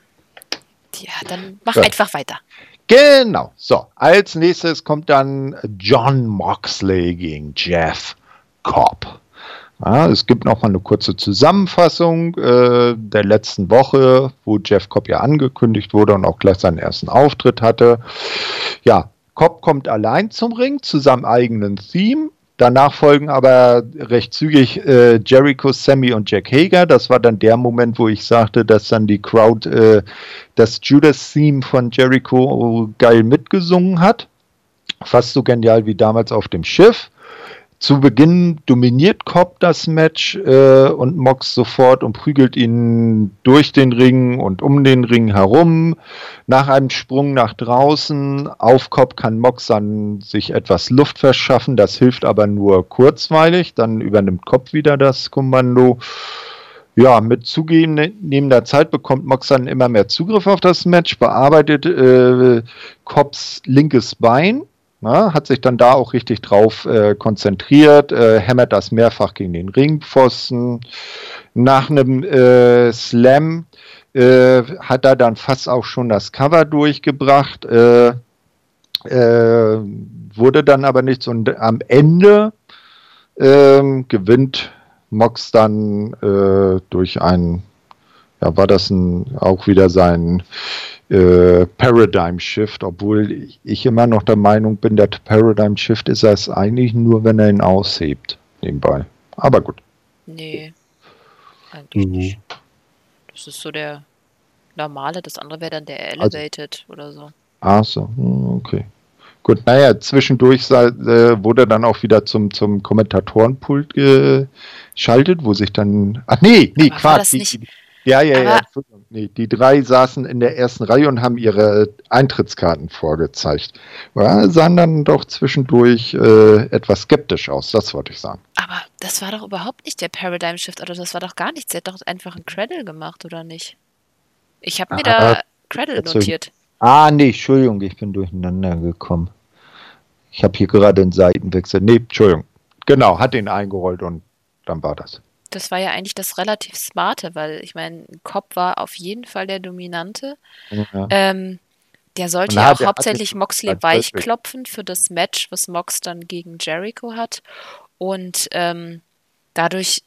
Ja, dann mach einfach weiter. Genau. So, als nächstes kommt dann Jon Moxley gegen Jeff Cobb. Ja, es gibt noch mal eine kurze Zusammenfassung der letzten Woche, wo Jeff Cobb ja angekündigt wurde und auch gleich seinen ersten Auftritt hatte. Ja, Cobb kommt allein zum Ring zu seinem eigenen Theme. Danach folgen aber recht zügig Jericho, Sammy und Jack Hager. Das war dann der Moment, wo ich sagte, dass dann die Crowd das Judas-Theme von Jericho geil mitgesungen hat. Fast so genial wie damals auf dem Schiff. Zu Beginn dominiert Cobb das Match und Mox sofort und prügelt ihn durch den Ring und um den Ring herum. Nach einem Sprung nach draußen auf Cobb kann Mox dann sich etwas Luft verschaffen. Das hilft aber nur kurzweilig. Dann übernimmt Cobb wieder das Kommando. Ja, mit zunehmender Zeit bekommt Mox dann immer mehr Zugriff auf das Match, bearbeitet Cobbs linkes Bein. Na, hat sich dann da auch richtig drauf konzentriert, hämmert das mehrfach gegen den Ringpfosten. Nach einem Slam hat er dann fast auch schon das Cover durchgebracht, wurde dann aber nichts und am Ende gewinnt Mox dann durch ein, ja, war das auch wieder sein Paradigm Shift, obwohl ich immer noch der Meinung bin, der Paradigm Shift ist es eigentlich nur, wenn er ihn aushebt, nebenbei. Aber gut. Nee, eigentlich nicht. Das ist so der normale, das andere wäre dann der Elevated oder so. Ach so, okay. Gut, naja, zwischendurch wurde dann auch wieder zum Kommentatorenpult geschaltet, wo sich dann, ach nee, Aber Quatsch. war das nicht, Ja. aber Nee, die drei saßen in der ersten Reihe und haben ihre Eintrittskarten vorgezeigt. Ja, sahen dann doch zwischendurch etwas skeptisch aus, das wollte ich sagen. aber das war doch überhaupt nicht der Paradigm Shift, oder das war doch gar nichts. Sie hat doch einfach einen Cradle gemacht, oder nicht? Ich habe mir da Cradle notiert. Nee, Entschuldigung, ich bin durcheinander gekommen. Ich habe hier gerade einen Seitenwechsel. Nee, Entschuldigung. Genau, hat ihn eingerollt und dann war das. Das war ja eigentlich das relativ Smarte, weil ich meine, Cobb war auf jeden Fall der Dominante. Ja. Der sollte Und ja hat- auch der hat hauptsächlich jetzt- Moxley weichklopfen für das Match, was Mox dann gegen Jericho hat. Und dadurch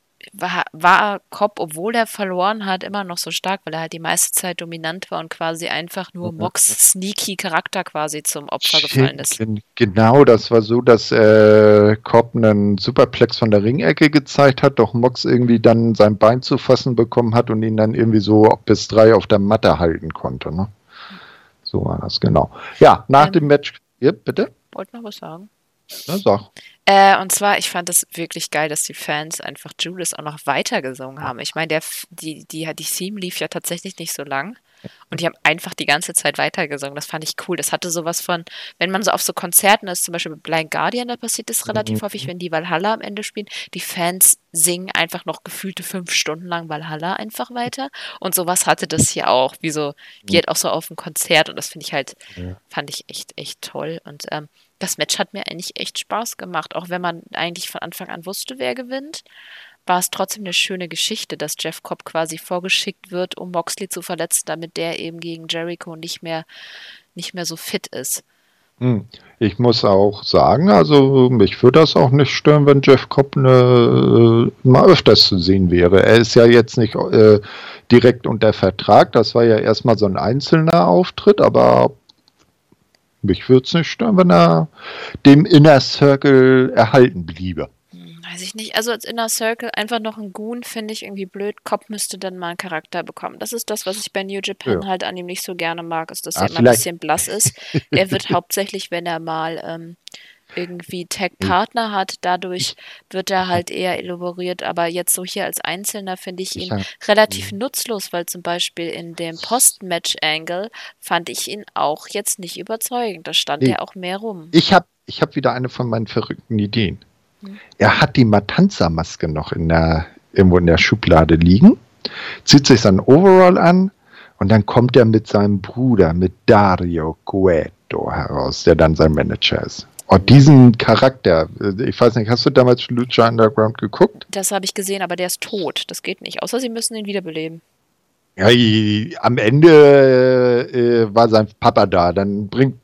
war Cobb, obwohl er verloren hat, immer noch so stark, weil er halt die meiste Zeit dominant war und quasi einfach nur Mox sneaky Charakter quasi zum Opfer gefallen ist. Genau, das war so, dass Cobb einen Superplex von der Ringecke gezeigt hat, doch Mox irgendwie dann sein Bein zu fassen bekommen hat und ihn dann irgendwie so bis 3 auf der Matte halten konnte. Ne? So war das, genau. Ja, nach dem Match, ja, bitte? Wollt noch was sagen? Na, sag. Und zwar, ich fand es wirklich geil, dass die Fans einfach Judas auch noch weitergesungen haben. Ich meine, die Theme lief ja tatsächlich nicht so lang. Und die haben einfach die ganze Zeit weitergesungen. Das fand ich cool. Das hatte sowas von, wenn man so auf so Konzerten ist, zum Beispiel bei Blind Guardian, da passiert das relativ häufig, wenn die Valhalla am Ende spielen. Die Fans singen einfach noch gefühlte 5 Stunden lang Valhalla einfach weiter. Und sowas hatte das hier auch, wie so, wie halt auch so auf einem Konzert. Und das finde ich halt, fand ich echt, echt toll. Und das Match hat mir eigentlich echt Spaß gemacht. Auch wenn man eigentlich von Anfang an wusste, wer gewinnt, war es trotzdem eine schöne Geschichte, dass Jeff Cobb quasi vorgeschickt wird, um Moxley zu verletzen, damit der eben gegen Jericho nicht mehr so fit ist. Ich muss auch sagen, also mich würde das auch nicht stören, wenn Jeff Cobb mal öfters zu sehen wäre. Er ist ja jetzt nicht direkt unter Vertrag, das war ja erstmal so ein einzelner Auftritt, aber mich würde es nicht stören, wenn er dem Inner Circle erhalten bliebe. Weiß ich nicht. Also als Inner Circle einfach noch ein Goon finde ich irgendwie blöd. Cobb müsste dann mal einen Charakter bekommen. Das ist das, was ich bei New Japan halt an ihm nicht so gerne mag, ist, dass er immer ein bisschen blass ist. Er wird hauptsächlich, wenn er mal irgendwie Tag-Partner hat, dadurch wird er halt eher elaboriert. Aber jetzt so hier als Einzelner finde ich ihn relativ nutzlos, weil zum Beispiel in dem Post-Match-Angle fand ich ihn auch jetzt nicht überzeugend. Da stand er auch mehr rum. Ich hab wieder eine von meinen verrückten Ideen. Er hat die Matanza-Maske noch irgendwo in der Schublade liegen, zieht sich sein Overall an und dann kommt er mit seinem Bruder, mit Dario Cueto heraus, der dann sein Manager ist. Und diesen Charakter, ich weiß nicht, hast du damals Lucha Underground geguckt? Das habe ich gesehen, aber der ist tot. Das geht nicht. Außer sie müssen ihn wiederbeleben. Ja, am Ende war sein Papa da. Dann bringt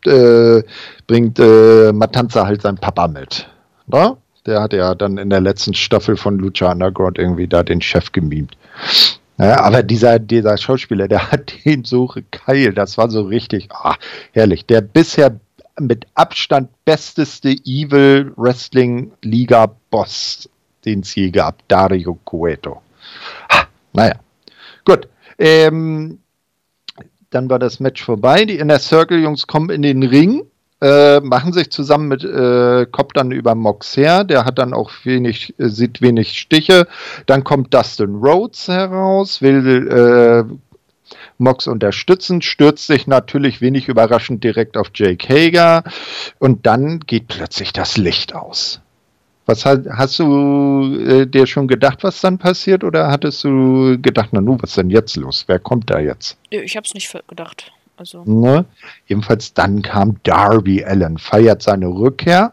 Matanza halt seinen Papa mit. Na? Der hat ja dann in der letzten Staffel von Lucha Underground irgendwie da den Chef gemimt. Ja, aber dieser Schauspieler, der hat den so geil. Das war so richtig herrlich. Der bisher mit Abstand besteste Evil Wrestling Liga Boss, den es je gab, Dario Cueto. Naja, gut. Dann war das Match vorbei. Die Inner Circle Jungs kommen in den Ring machen sich zusammen mit kommt dann über Mox her, der hat dann auch sieht wenig Stiche. Dann kommt Dustin Rhodes heraus, will Mox unterstützen, stürzt sich natürlich wenig überraschend direkt auf Jake Hager und dann geht plötzlich das Licht aus. Hast du dir schon gedacht, was dann passiert, oder hattest du gedacht, na nu, was ist denn jetzt los? Wer kommt da jetzt? Ich habe es nicht gedacht. Also. Ne? Jedenfalls dann kam Darby Allin, feiert seine Rückkehr,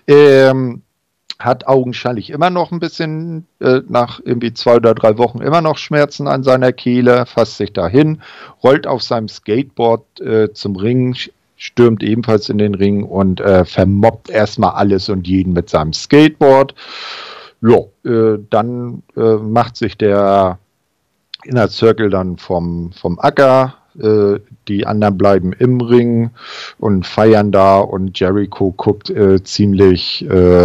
hat augenscheinlich immer noch ein bisschen, nach irgendwie 2 oder 3 Wochen immer noch Schmerzen an seiner Kehle, fasst sich dahin, rollt auf seinem Skateboard zum Ring, stürmt ebenfalls in den Ring und vermobbt erstmal alles und jeden mit seinem Skateboard. Ja, dann macht sich der Inner Circle dann vom Acker. Die anderen bleiben im Ring und feiern da und Jericho guckt ziemlich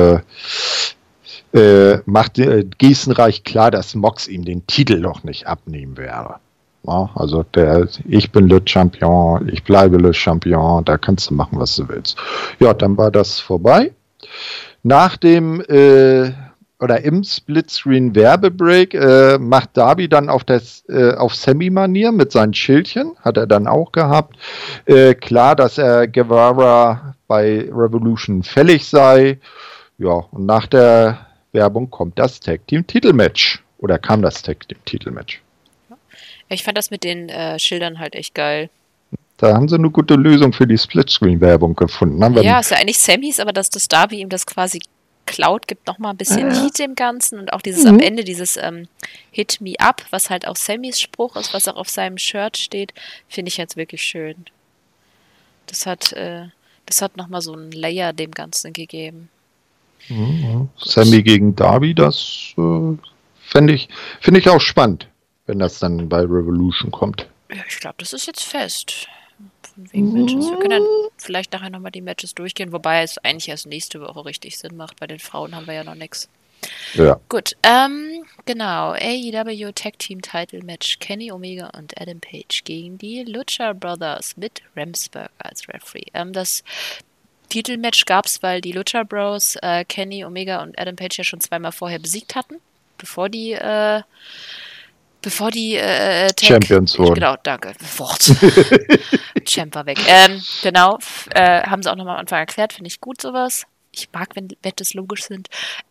macht Gießenreich klar, dass Mox ihm den Titel noch nicht abnehmen werde. Ja, also ich bin Le Champion, ich bleibe Le Champion, da kannst du machen, was du willst. Ja, dann war das vorbei. Nach dem oder im Splitscreen Werbebreak macht Darby dann auf Sammy-Manier mit seinen Schildchen, hat er dann auch gehabt. Klar, dass er Guevara bei Revolution fällig sei. Ja, und nach der Werbung kommt das Tag-Team-Titelmatch. Oder kam das Tag-Team-Titelmatch? Ich fand das mit den Schildern halt echt geil. Da haben sie eine gute Lösung für die Splitscreen-Werbung gefunden. Ja, ist ja eigentlich Sammys, aber dass das Darby ihm das quasi klaut, gibt nochmal ein bisschen Heat dem Ganzen und auch dieses am Ende, dieses Hit Me Up, was halt auch Sammys Spruch ist, was auch auf seinem Shirt steht, finde ich jetzt wirklich schön. Das hat nochmal so einen Layer dem Ganzen gegeben. Sammy gegen Darby, das finde ich auch spannend, wenn das dann bei Revolution kommt. Ja, ich glaube, das ist jetzt fest. Von wegen Matches. Wir können dann vielleicht nachher nochmal die Matches durchgehen, wobei es eigentlich erst nächste Woche richtig Sinn macht. Bei den Frauen haben wir ja noch nichts. Ja. Gut, genau. AEW Tag Team Title Match. Kenny Omega und Adam Page gegen die Lucha Brothers mit Ramsberg als Referee. Das Titelmatch gab es, weil die Lucha Bros Kenny Omega und Adam Page ja schon zweimal vorher besiegt hatten, bevor die Champions wurden. Genau, danke. Wort. Champ war weg. Genau, haben sie auch nochmal am Anfang erklärt, finde ich gut sowas. Ich mag, wenn Wettes logisch sind.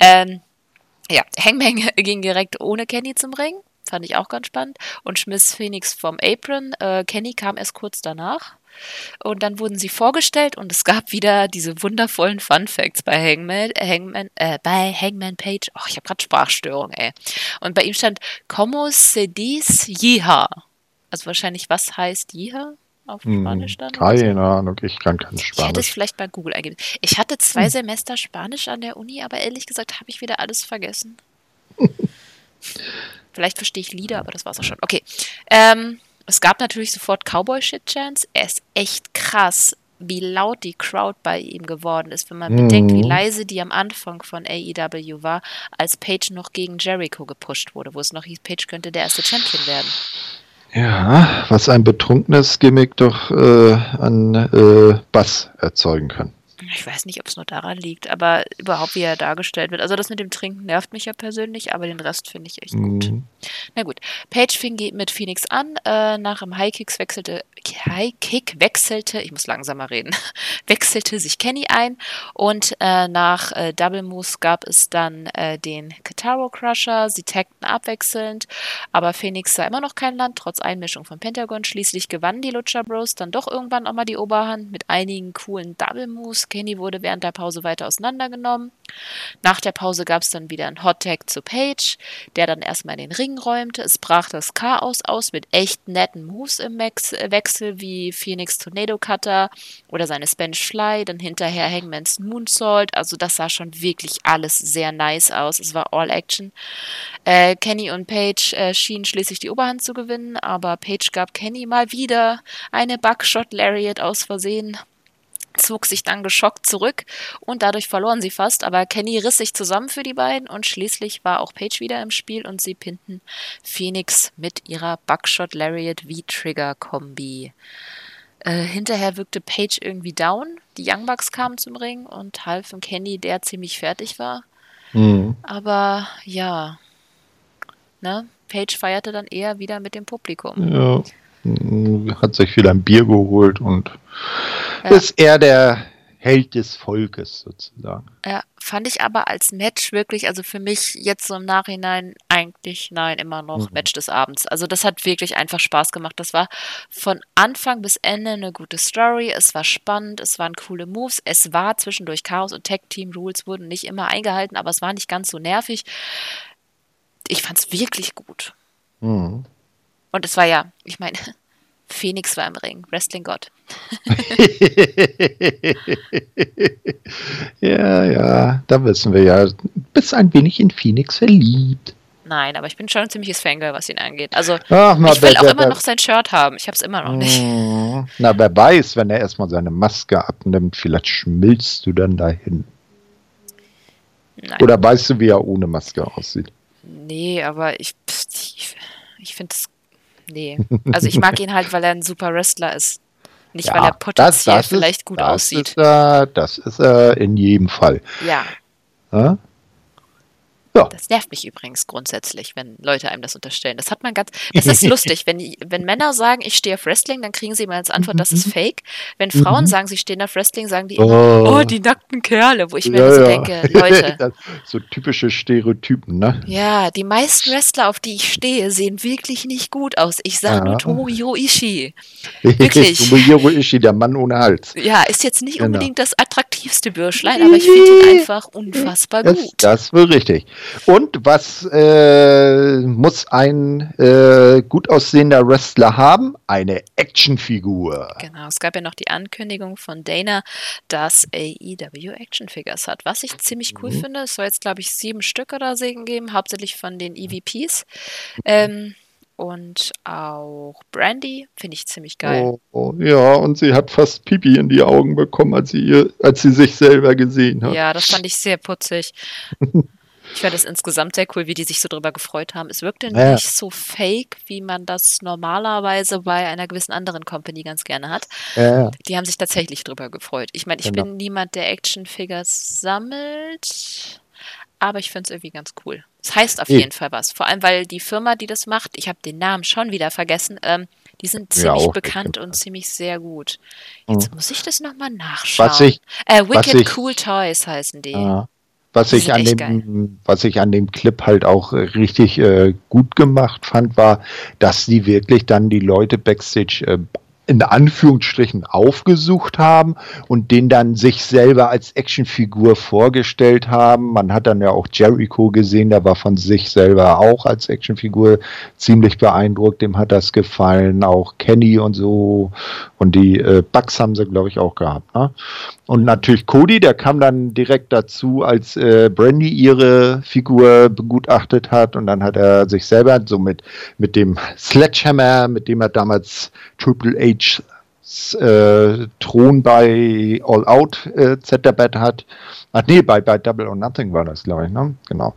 Ja, Hangman ging direkt ohne Kenny zum Ring. Fand ich auch ganz spannend. Und schmiss Phoenix vom Apron. Kenny kam erst kurz danach. Und dann wurden sie vorgestellt und es gab wieder diese wundervollen Fun Facts bei Hangman Page. Oh, ich habe gerade Sprachstörung, ey. Und bei ihm stand Como se dice Yeehaw. Also wahrscheinlich, was heißt Yeehaw auf Spanisch dann? Keine Ahnung, ich kann kein Spanisch. Ich hätte es vielleicht bei Google eingegeben. Ich hatte 2 Semester Spanisch an der Uni, aber ehrlich gesagt habe ich wieder alles vergessen. Vielleicht verstehe ich Lieder, aber das war's auch schon. Okay. Es gab natürlich sofort Cowboy-Shit-Chants. Er ist echt krass, wie laut die Crowd bei ihm geworden ist, wenn man bedenkt, wie leise die am Anfang von AEW war, als Page noch gegen Jericho gepusht wurde, wo es noch hieß, Page könnte der erste Champion werden. Ja, was ein betrunkenes Gimmick doch an Bass erzeugen kann. Ich weiß nicht, ob es nur daran liegt, aber überhaupt, wie er dargestellt wird. Also das mit dem Trinken nervt mich ja persönlich, aber den Rest finde ich echt gut. Na gut, Page fing mit Phoenix an, nach dem High-Kick wechselte, ich muss langsamer reden, wechselte sich Kenny ein und nach Double Moves gab es dann den Kataro Crusher, sie tagten abwechselnd, aber Phoenix sah immer noch kein Land, trotz Einmischung von Pentagon. Schließlich gewannen die Lucha Bros dann doch irgendwann auch mal die Oberhand mit einigen coolen Double Moves. Kenny wurde während der Pause weiter auseinandergenommen. Nach der Pause gab es dann wieder einen Hot Tag zu Page, der dann erstmal in den Ring räumte. Es brach das Chaos aus mit echt netten Moves im Wechsel, wie Phoenix Tornado Cutter oder seine Spanish Fly, dann hinterher Hangman's Moonsault. Also das sah schon wirklich alles sehr nice aus. Es war All Action. Kenny und Page schienen schließlich die Oberhand zu gewinnen, aber Page gab Kenny mal wieder eine Buckshot Lariat aus Versehen, zog sich dann geschockt zurück und dadurch verloren sie fast, aber Kenny riss sich zusammen für die beiden und schließlich war auch Page wieder im Spiel und sie pinnten Phoenix mit ihrer Buckshot Lariat V-Trigger-Kombi. Hinterher wirkte Paige irgendwie down. Die Young Bucks kamen zum Ring und halfen Kenny, der ziemlich fertig war. Aber ja, ne? Paige feierte dann eher wieder mit dem Publikum. Ja, hat sich wieder ein Bier geholt und ist eher der Held des Volkes sozusagen. Ja, fand ich aber als Match wirklich, also für mich jetzt so im Nachhinein eigentlich, nein, immer noch Match des Abends. Also das hat wirklich einfach Spaß gemacht. Das war von Anfang bis Ende eine gute Story. Es war spannend, es waren coole Moves. Es war zwischendurch Chaos und Tag-Team-Rules wurden nicht immer eingehalten, aber es war nicht ganz so nervig. Ich fand's wirklich gut. Und es war ja, ich meine, Phoenix war im Ring, Wrestling-Gott. Ja, da wissen wir ja, du bist ein wenig in Phoenix verliebt. Nein, aber ich bin schon ein ziemliches Fangirl, was ihn angeht. Also, ich will auch immer noch sein Shirt haben. Ich habe es immer noch nicht. Na, wer weiß, wenn er erstmal seine Maske abnimmt, vielleicht schmilzt du dann dahin. Nein. Oder weißt du, wie er ohne Maske aussieht? Nee, aber ich finde es. Nee. Also, ich mag ihn halt, weil er ein super Wrestler ist. Nicht, weil er potenziell vielleicht gut aussieht. Das ist er in jedem Fall. Ja. Ja? Das nervt mich übrigens grundsätzlich, wenn Leute einem das unterstellen. Das ist lustig. Wenn Männer sagen, ich stehe auf Wrestling, dann kriegen sie immer als Antwort, das ist fake. Wenn Frauen sagen, sie stehen auf Wrestling, sagen die immer, oh, die nackten Kerle, wo ich mir so denke, Leute. So typische Stereotypen, ne? Ja, die meisten Wrestler, auf die ich stehe, sehen wirklich nicht gut aus. Ich sage nur Tomohiro Ishii. Wirklich. Tomohiro Ishii, der Mann ohne Hals. Ja, ist jetzt nicht unbedingt das attraktivste Bürschlein, aber ich finde ihn einfach unfassbar gut. Das ist wohl richtig. Und was muss ein gut aussehender Wrestler haben? Eine Actionfigur. Genau, es gab ja noch die Ankündigung von Dana, dass AEW Actionfigures hat. Was ich ziemlich cool finde, es soll jetzt, glaube ich, 7 Stück oder so geben, hauptsächlich von den EVPs. Und auch Brandy finde ich ziemlich geil. Ja, und sie hat fast Pipi in die Augen bekommen, als sie sich selber gesehen hat. Ja, das fand ich sehr putzig. Ich fand es insgesamt sehr cool, wie die sich so drüber gefreut haben. Es wirkte nicht so fake, wie man das normalerweise bei einer gewissen anderen Company ganz gerne hat. Die haben sich tatsächlich drüber gefreut. Ich meine, ich bin niemand, der Actionfigures sammelt, aber ich finde es irgendwie ganz cool. Das heißt auf jeden Fall was. Vor allem, weil die Firma, die das macht, ich habe den Namen schon wieder vergessen, die sind ziemlich bekannt und ziemlich sehr gut. Jetzt muss ich das nochmal nachschauen. Wicked Cool Toys heißen die. Was ich an dem Clip halt auch richtig gut gemacht fand, war, dass die wirklich dann die Leute Backstage in Anführungsstrichen aufgesucht haben und den dann sich selber als Actionfigur vorgestellt haben. Man hat dann ja auch Jericho gesehen, der war von sich selber auch als Actionfigur ziemlich beeindruckt, dem hat das gefallen, auch Kenny und so, und die Bucks haben sie, glaube ich, auch gehabt, ne? Und natürlich Cody, der kam dann direkt dazu, als Brandy ihre Figur begutachtet hat, und dann hat er sich selber so mit dem Sledgehammer, mit dem er damals Triple H's Thron bei All Out zerdeppert hat. Ach nee, bei Double or Nothing war das, glaube ich, ne? Genau.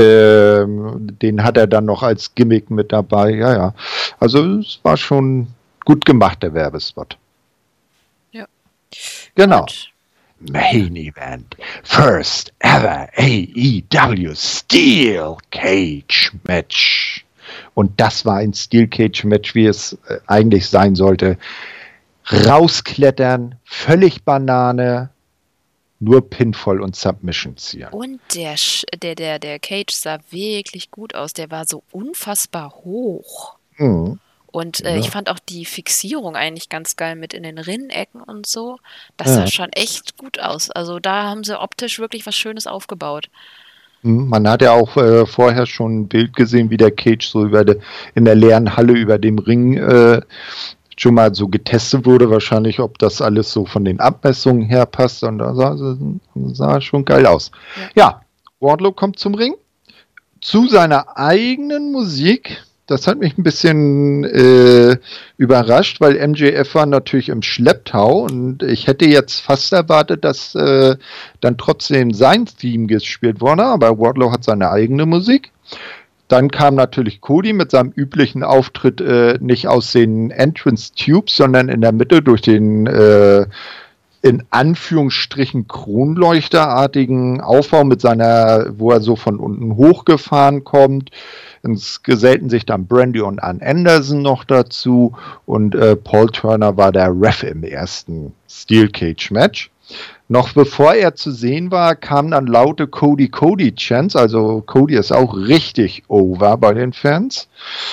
Den hat er dann noch als Gimmick mit dabei. Ja. Also es war schon gut gemacht, der Werbespot. Ja. Genau. Gut. Main Event. First ever AEW Steel Cage Match. Und das war ein Steel Cage Match, wie es eigentlich sein sollte. Rausklettern, völlig Banane, nur Pinfall und Submission ziehen. Und der Cage sah wirklich gut aus. Der war so unfassbar hoch. Und ich fand auch die Fixierung eigentlich ganz geil mit in den Rinnecken und so. Das sah schon echt gut aus. Also da haben sie optisch wirklich was Schönes aufgebaut. Man hat ja auch vorher schon ein Bild gesehen, wie der Cage so in der leeren Halle über dem Ring schon mal so getestet wurde. Wahrscheinlich, ob das alles so von den Abmessungen her passt. Und da sah schon geil aus. Ja, Wardlow kommt zum Ring. Zu seiner eigenen Musik. Das hat mich ein bisschen überrascht, weil MJF war natürlich im Schlepptau und ich hätte jetzt fast erwartet, dass dann trotzdem sein Theme gespielt wurde, aber Wardlow hat seine eigene Musik. Dann kam natürlich Cody mit seinem üblichen Auftritt nicht aus den Entrance Tubes, sondern in der Mitte durch den in Anführungsstrichen kronleuchterartigen Aufbau mit seiner, wo er so von unten hochgefahren kommt. Es gesellten sich dann Brandy und Arn Anderson noch dazu und Paul Turner war der Ref im ersten Steel Cage Match. Noch bevor er zu sehen war, kamen dann laute Cody-Chants, also Cody ist auch richtig over bei den Fans.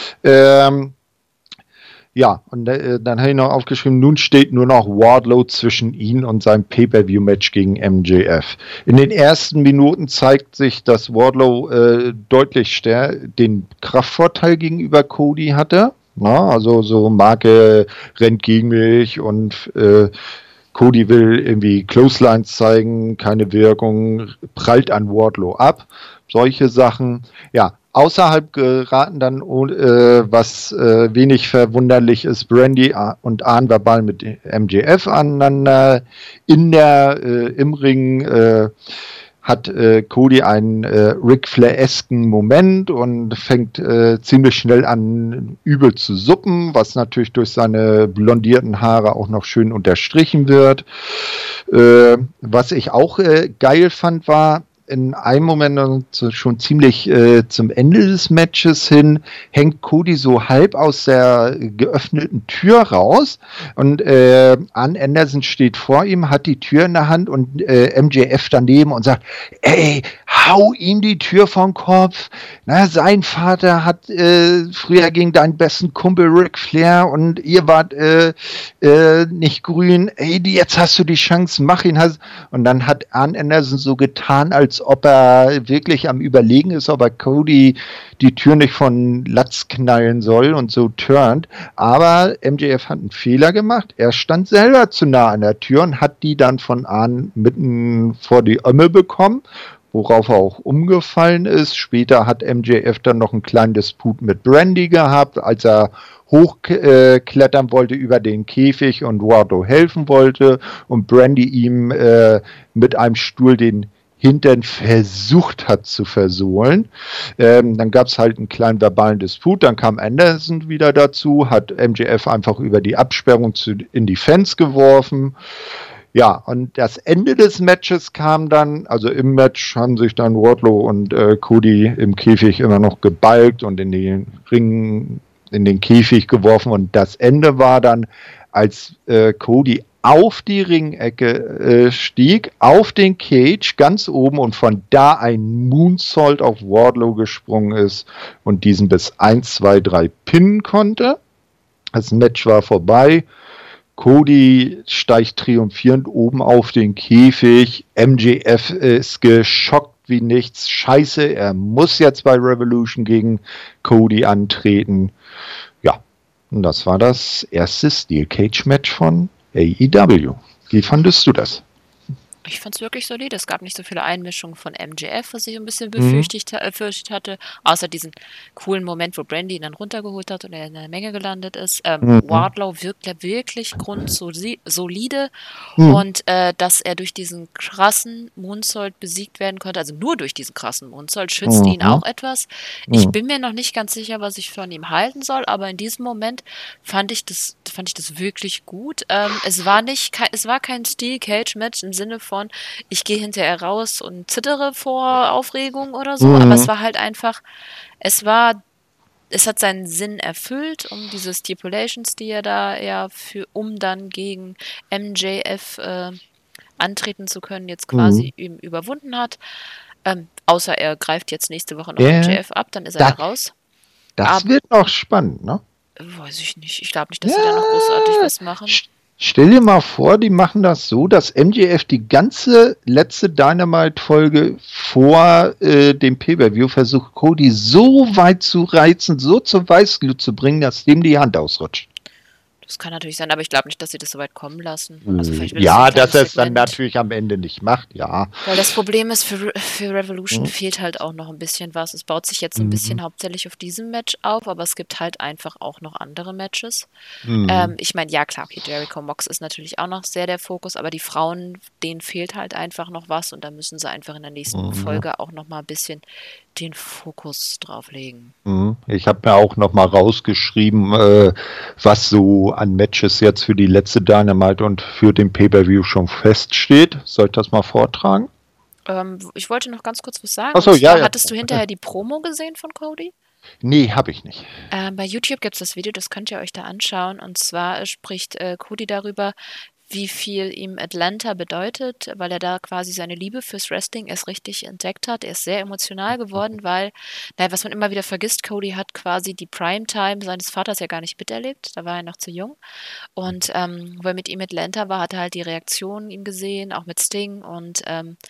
Ja, und dann habe ich noch aufgeschrieben, nun steht nur noch Wardlow zwischen ihn und seinem Pay-Per-View-Match gegen MJF. In den ersten Minuten zeigt sich, dass Wardlow deutlich den Kraftvorteil gegenüber Cody hatte. Na, also so Marke rennt gegen mich und Cody will irgendwie Clotheslines zeigen, keine Wirkung, prallt an Wardlow ab. Solche Sachen. Ja, außerhalb geraten dann, was wenig verwunderlich ist, Brandy und Arn verbal mit MJF aneinander. Im Ring hat Cody einen Ric Flair-esken Moment und fängt ziemlich schnell an, übel zu suppen, was natürlich durch seine blondierten Haare auch noch schön unterstrichen wird. Was ich auch geil fand, war, in einem Moment schon ziemlich zum Ende des Matches hin, hängt Cody so halb aus der geöffneten Tür raus und Arn Anderson steht vor ihm, hat die Tür in der Hand und MJF daneben und sagt, ey, hau ihm die Tür vom Kopf. Na, sein Vater hat früher gegen deinen besten Kumpel Ric Flair und ihr wart nicht grün. Ey, jetzt hast du die Chance, mach ihn. Und dann hat Arn Anderson so getan, als ob er wirklich am Überlegen ist, ob er Cody die Tür nicht von Latz knallen soll und so turnt. Aber MJF hat einen Fehler gemacht. Er stand selber zu nah an der Tür und hat die dann von Arn mitten vor die Ömme bekommen, worauf er auch umgefallen ist. Später hat MJF dann noch einen kleinen Disput mit Brandy gehabt, als er hochklettern wollte über den Käfig und Wardlow helfen wollte und Brandy ihm mit einem Stuhl den Hintern versucht hat zu versohlen. Dann gab es halt einen kleinen verbalen Disput, dann kam Anderson wieder dazu, hat MJF einfach über die Absperrung in die Fans geworfen. Ja, und das Ende des Matches kam dann, also im Match haben sich dann Wardlow und Cody im Käfig immer noch gebalgt und in den Ring, in den Käfig geworfen und das Ende war dann, als Cody auf die Ringecke stieg, auf den Cage ganz oben und von da ein Moonsault auf Wardlow gesprungen ist und diesen bis 1, 2, 3 pinnen konnte. Das Match war vorbei. Cody steigt triumphierend oben auf den Käfig. MJF ist geschockt wie nichts. Scheiße, er muss jetzt bei Revolution gegen Cody antreten. Ja, und das war das erste Steel Cage Match von AEW. Wie fandest du das? Ich fand es wirklich solide. Es gab nicht so viele Einmischungen von MJF, was ich ein bisschen befürchtet hatte. Außer diesen coolen Moment, wo Brandy ihn dann runtergeholt hat und er in der Menge gelandet ist. Wardlow wirkt ja wirklich grundsolide. Und dass er durch diesen krassen Moonsault besiegt werden konnte, also nur durch diesen krassen Moonsault, schützte ihn auch etwas. Ich bin mir noch nicht ganz sicher, was ich von ihm halten soll, aber in diesem Moment fand ich das wirklich gut. Es war kein Steel Cage Match im Sinne von, ich gehe hinterher raus und zittere vor Aufregung oder so, aber es war halt einfach, es hat seinen Sinn erfüllt, um diese Stipulations, die er da um dann gegen MJF antreten zu können, jetzt quasi überwunden hat. Außer er greift jetzt nächste Woche noch MJF ab, dann ist er da raus. Das wird noch spannend, ne? Weiß ich nicht. Ich glaube nicht, dass sie da noch großartig was machen. Stell dir mal vor, die machen das so, dass MJF die ganze letzte Dynamite-Folge vor dem Pay-Per-View versucht, Cody so weit zu reizen, so zur Weißglut zu bringen, dass dem die Hand ausrutscht. Das kann natürlich sein, aber ich glaube nicht, dass sie das so weit kommen lassen. Also ja, dass er es dann natürlich am Ende nicht macht, ja. Weil das Problem ist, für Revolution fehlt halt auch noch ein bisschen was. Es baut sich jetzt ein bisschen hauptsächlich auf diesem Match auf, aber es gibt halt einfach auch noch andere Matches. Ich meine, ja klar, okay, Jericho Mox ist natürlich auch noch sehr der Fokus, aber die Frauen, denen fehlt halt einfach noch was und da müssen sie einfach in der nächsten Folge auch noch mal ein bisschen den Fokus drauf legen. Ich habe mir auch noch mal rausgeschrieben, was so an Matches jetzt für die letzte Dynamite und für den Pay-Per-View schon feststeht. Soll ich das mal vortragen? Ich wollte noch ganz kurz was sagen. Ach so, Und zwar ja. hattest du hinterher die Promo gesehen von Cody? Nee, habe ich nicht. Bei YouTube gibt es das Video, das könnt ihr euch da anschauen. Und zwar spricht Cody darüber, wie viel ihm Atlanta bedeutet, weil er da quasi seine Liebe fürs Wrestling erst richtig entdeckt hat. Er ist sehr emotional geworden, weil, was man immer wieder vergisst, Cody hat quasi die Primetime seines Vaters ja gar nicht miterlebt. Da war er noch zu jung. Und wo er mit ihm Atlanta war, hat er halt die Reaktionen ihm gesehen, auch mit Sting. Und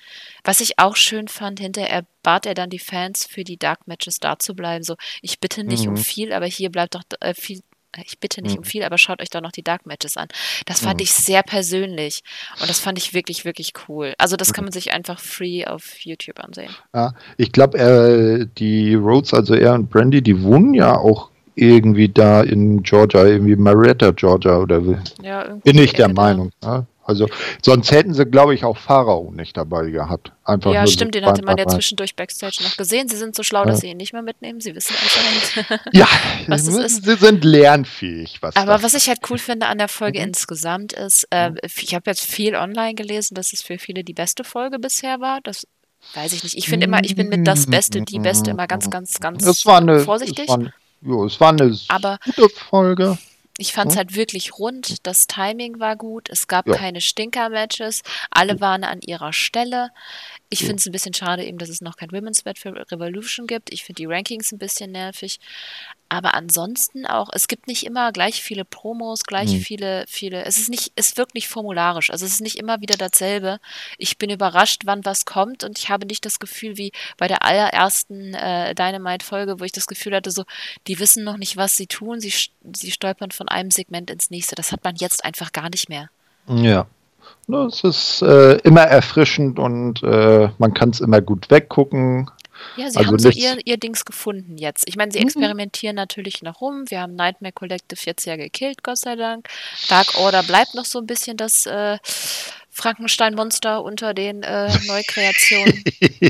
was ich auch schön fand, hinterher bat er dann die Fans, für die Dark Matches da zu bleiben. So, ich bitte nicht um viel, aber hier bleibt doch viel. Ich bitte nicht um viel, aber schaut euch doch noch die Dark Matches an. Das fand ich sehr persönlich und das fand ich wirklich, wirklich cool. Also das kann man sich einfach free auf YouTube ansehen. Ja, ich glaube, die Rhodes, also er und Brandy, die wohnen ja auch irgendwie da in Georgia, irgendwie Marietta, Georgia oder ja, bin ich der Meinung. Ja? Also sonst hätten sie, glaube ich, auch Pharao nicht dabei gehabt. Einfach ja, nur stimmt, so den hatte man ja zwischendurch Backstage noch gesehen. Sie sind so schlau, dass sie ihn nicht mehr mitnehmen. Sie wissen anscheinend, ja, was das ist. Sie sind lernfähig. Aber was ich halt cool finde an der Folge insgesamt ist, ich habe jetzt viel online gelesen, dass es für viele die beste Folge bisher war. Das weiß ich nicht. Ich finde immer, ich bin mit das Beste, die Beste immer ganz, ganz, ganz vorsichtig. Es war eine gute Folge. Ich fand es halt wirklich rund, das Timing war gut, es gab keine Stinker-Matches, alle waren an ihrer Stelle. Ich finde es ein bisschen schade eben, dass es noch kein Women's Match für Revolution gibt. Ich finde die Rankings ein bisschen nervig. Aber ansonsten auch, es gibt nicht immer gleich viele Promos, gleich viele, es wirkt nicht formularisch. Also es ist nicht immer wieder dasselbe. Ich bin überrascht, wann was kommt und ich habe nicht das Gefühl wie bei der allerersten Dynamite-Folge, wo ich das Gefühl hatte, so, die wissen noch nicht, was sie tun, sie stolpern von einem Segment ins nächste. Das hat man jetzt einfach gar nicht mehr. Ja. Es ist immer erfrischend und man kann es immer gut weggucken. Ja, sie haben so ihr Dings gefunden jetzt. Ich meine, sie experimentieren natürlich noch rum. Wir haben Nightmare Collective jetzt ja gekillt, Gott sei Dank. Dark Order bleibt noch so ein bisschen das Frankenstein-Monster unter den Neukreationen.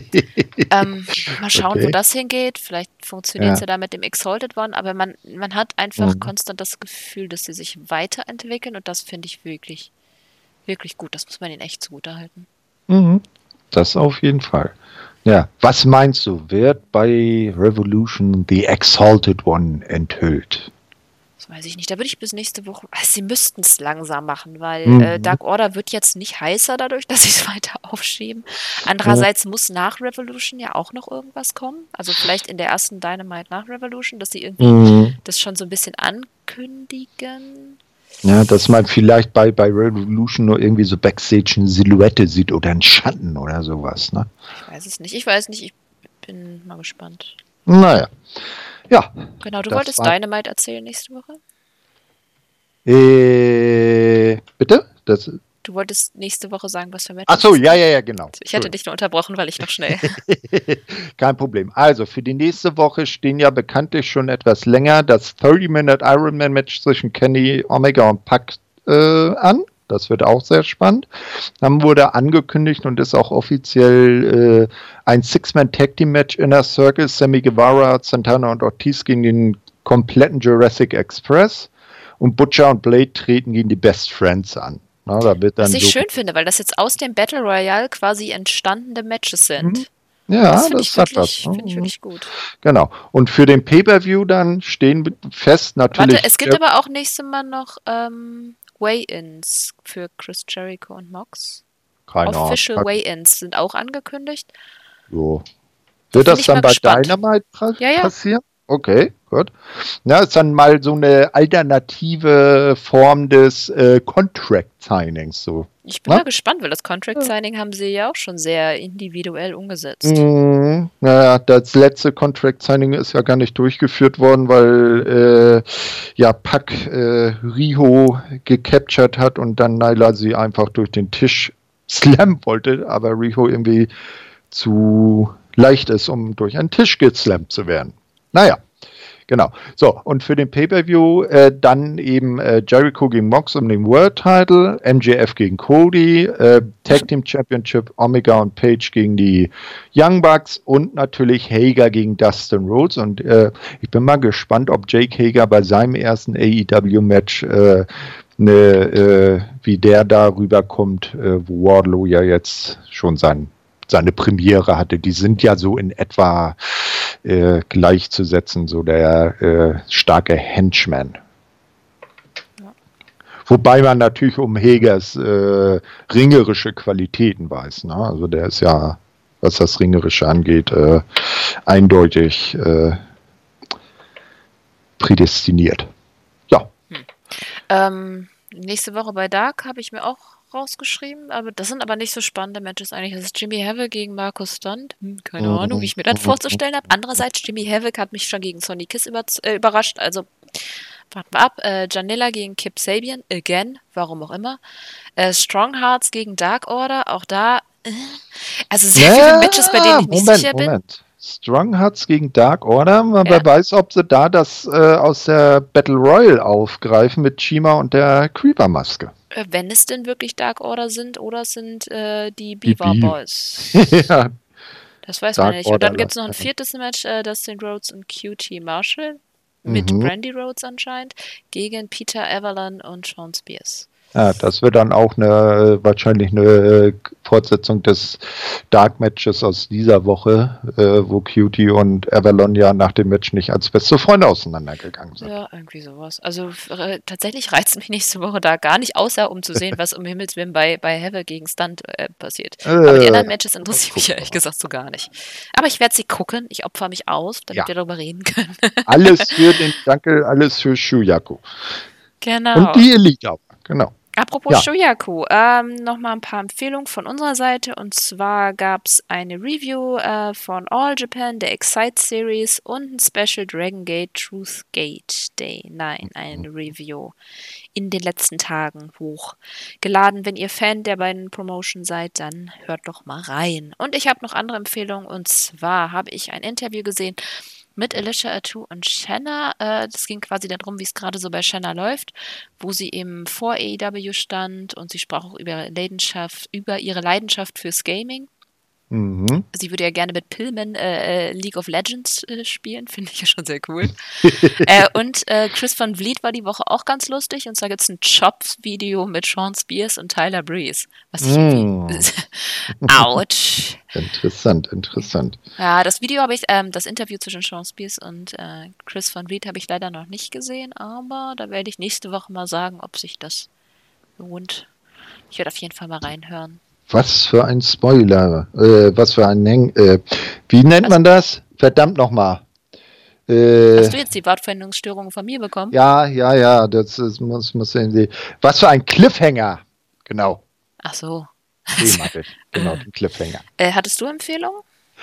Mal schauen, wo das hingeht. Vielleicht funktioniert es ja da mit dem Exalted One, aber man hat einfach konstant das Gefühl, dass sie sich weiterentwickeln und das finde ich wirklich, wirklich gut. Das muss man ihnen echt zugutehalten. Das auf jeden Fall. Ja, was meinst du, wird bei Revolution The Exalted One enthüllt? Das weiß ich nicht. Da würde ich bis nächste Woche. Sie müssten es langsam machen, weil Dark Order wird jetzt nicht heißer dadurch, dass sie es weiter aufschieben. Andererseits muss nach Revolution ja auch noch irgendwas kommen. Also vielleicht in der ersten Dynamite nach Revolution, dass sie irgendwie das schon so ein bisschen ankündigen. Ja, dass man vielleicht bei Revolution nur irgendwie so Backstage eine Silhouette sieht oder einen Schatten oder sowas, ne? Ich weiß nicht. Ich bin mal gespannt. Naja. Ja. Genau, du wolltest Dynamite erzählen nächste Woche? Bitte? Du wolltest nächste Woche sagen, was für Matches. Ach so, ja, genau. Ich hatte dich nur unterbrochen, weil ich noch schnell. Kein Problem. Also, für die nächste Woche stehen ja bekanntlich schon etwas länger das 30-Minute Ironman-Match zwischen Kenny Omega und Pac an. Das wird auch sehr spannend. Dann wurde angekündigt und ist auch offiziell ein Six-Man-Tag-Team-Match Inner Circle. Sammy Guevara, Santana und Ortiz gegen den kompletten Jurassic Express. Und Butcher und Blade treten gegen die Best Friends an. Na, da wird dann was ich schön finde, weil das jetzt aus dem Battle Royale quasi entstandene Matches sind. Ja, das finde ich wirklich gut. Genau. Und für den Pay-Per-View dann stehen fest natürlich... Warte, es gibt aber auch nächstes Mal noch Weigh-Ins für Chris Jericho und Mox. Keine Ahnung. Official Weigh-Ins sind auch angekündigt. So. Wird das dann bei Dynamite passieren? Okay, gut. Ja, ist dann mal so eine alternative Form des Contract-Signings. So. Ich bin mal gespannt, weil das Contract-Signing haben sie ja auch schon sehr individuell umgesetzt. Naja, das letzte Contract-Signing ist ja gar nicht durchgeführt worden, weil Pac Riho gecaptured hat und dann Nyla sie einfach durch den Tisch slammen wollte, aber Riho irgendwie zu leicht ist, um durch einen Tisch geslammt zu werden. Naja, Genau. So, und für den Pay-Per-View dann eben Jericho gegen Mox um den World Title, MJF gegen Cody, Tag Team Championship, Omega und Page gegen die Young Bucks und natürlich Hager gegen Dustin Rhodes. Und ich bin mal gespannt, ob Jake Hager bei seinem ersten AEW-Match wie der da rüberkommt, wo Wardlow ja jetzt schon seine Premiere hatte. Die sind ja so in etwa gleichzusetzen, so der starke Henchman. Ja. Wobei man natürlich um Hegers ringerische Qualitäten weiß. Ne? Also der ist ja, was das Ringerische angeht, eindeutig prädestiniert. Ja. Nächste Woche bei Dark habe ich mir auch rausgeschrieben, aber das sind aber nicht so spannende Matches eigentlich. Das ist Jimmy Havoc gegen Markus Stunt. Keine Ahnung, wie ich mir das vorzustellen habe. Andererseits, Jimmy Havoc hat mich schon gegen Sonny Kiss überrascht, also warten wir ab. Janilla gegen Kip Sabian, again, warum auch immer. Strong Hearts gegen Dark Order, auch da, also sehr viele Matches, bei denen ich nicht sicher bin. Strong Hearts gegen Dark Order. Wer weiß, ob sie da das aus der Battle Royale aufgreifen mit Chima und der Creeper-Maske. Wenn es denn wirklich Dark Order sind oder es sind die Beaver Boys. Ja. Das weiß man nicht. Und dann gibt es noch ein viertes Match, Dustin Rhodes und QT Marshall mit Brandy Rhodes anscheinend gegen Peter Avalon und Sean Spears. Ja, das wird dann auch wahrscheinlich eine Fortsetzung des Dark Matches aus dieser Woche, wo Cutie und Avalon ja nach dem Match nicht als beste Freunde auseinandergegangen sind. Ja, irgendwie sowas. Also tatsächlich reizt mich nächste Woche da gar nicht, außer um zu sehen, was um Himmels Willen bei Havoc gegen Stunt passiert. Aber die anderen Matches interessieren mich ehrlich gesagt so gar nicht. Aber ich werde sie gucken, ich opfere mich aus, damit wir darüber reden können. Alles für Shuyaku. Genau. Und die Elite auch, genau. Apropos Shuyaku, nochmal ein paar Empfehlungen von unserer Seite. Und zwar gab es eine Review von All Japan, der Excite Series und ein Special Dragon Gate Truth Gate Day 9, eine Review in den letzten Tagen hochgeladen. Wenn ihr Fan der beiden Promotion seid, dann hört doch mal rein. Und ich habe noch andere Empfehlungen, und zwar habe ich ein Interview gesehen mit Alicia Atu und Shanna. Das ging quasi darum, wie es gerade so bei Shanna läuft, wo sie eben vor AEW stand, und sie sprach auch über ihre Leidenschaft fürs Gaming. Mhm. Sie würde ja gerne mit Pillman League of Legends spielen, finde ich ja schon sehr cool. Und Chris Van Vliet war die Woche auch ganz lustig, und zwar gibt es ein Chops-Video mit Sean Spears und Tyler Breeze. Was ich irgendwie... Autsch. Interessant. Ja, das Video habe ich, das Interview zwischen Sean Spears und Chris Van Vliet habe ich leider noch nicht gesehen, aber da werde ich nächste Woche mal sagen, ob sich das lohnt. Ich werde auf jeden Fall mal reinhören. Was für ein Spoiler. Was für ein wie nennt man das? Verdammt nochmal. Hast du jetzt die Wortfindungsstörung von mir bekommen? Ja. Das muss sehen. Was für ein Cliffhanger. Genau. Ach so. Genau, den Cliffhanger. Hattest du Empfehlungen?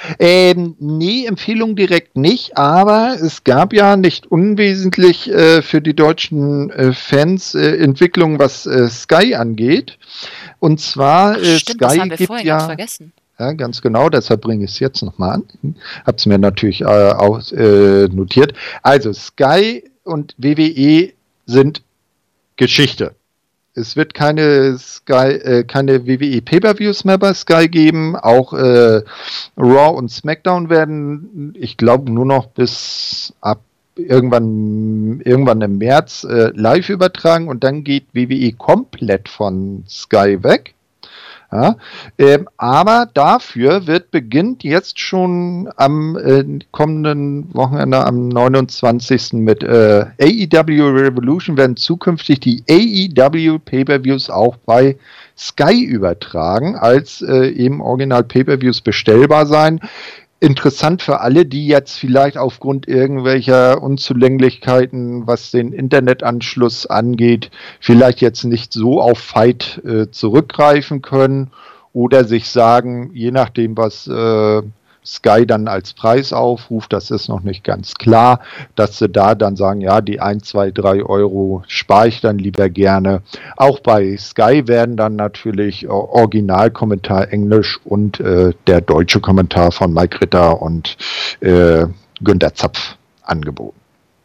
Nee, Empfehlung direkt nicht, aber es gab ja nicht unwesentlich für die deutschen Fans Entwicklungen, was Sky angeht. Und zwar stimmt, Sky das haben wir vorhin ganz vergessen. Ja, ganz genau, deshalb bringe ich es jetzt nochmal an. Habe es mir natürlich auch notiert. Also Sky und WWE sind Geschichte. Es wird keine WWE Pay-Per-Views mehr bei Sky geben. Auch Raw und SmackDown werden, ich glaube, nur noch bis ab irgendwann im März live übertragen, und dann geht WWE komplett von Sky weg. Ja, aber dafür beginnt jetzt schon am kommenden Wochenende am 29. mit AEW Revolution werden zukünftig die AEW Pay-Per-Views auch bei Sky übertragen, als eben Original Pay-Per-Views bestellbar sein. Interessant für alle, die jetzt vielleicht aufgrund irgendwelcher Unzulänglichkeiten, was den Internetanschluss angeht, vielleicht jetzt nicht so auf Fight zurückgreifen können oder sich sagen, je nachdem, was Sky dann als Preis aufruft, das ist noch nicht ganz klar, dass sie da dann sagen, ja, die 1, 2, 3 Euro spare ich dann lieber gerne. Auch bei Sky werden dann natürlich Originalkommentar Englisch und der deutsche Kommentar von Mike Ritter und Günter Zapf angeboten.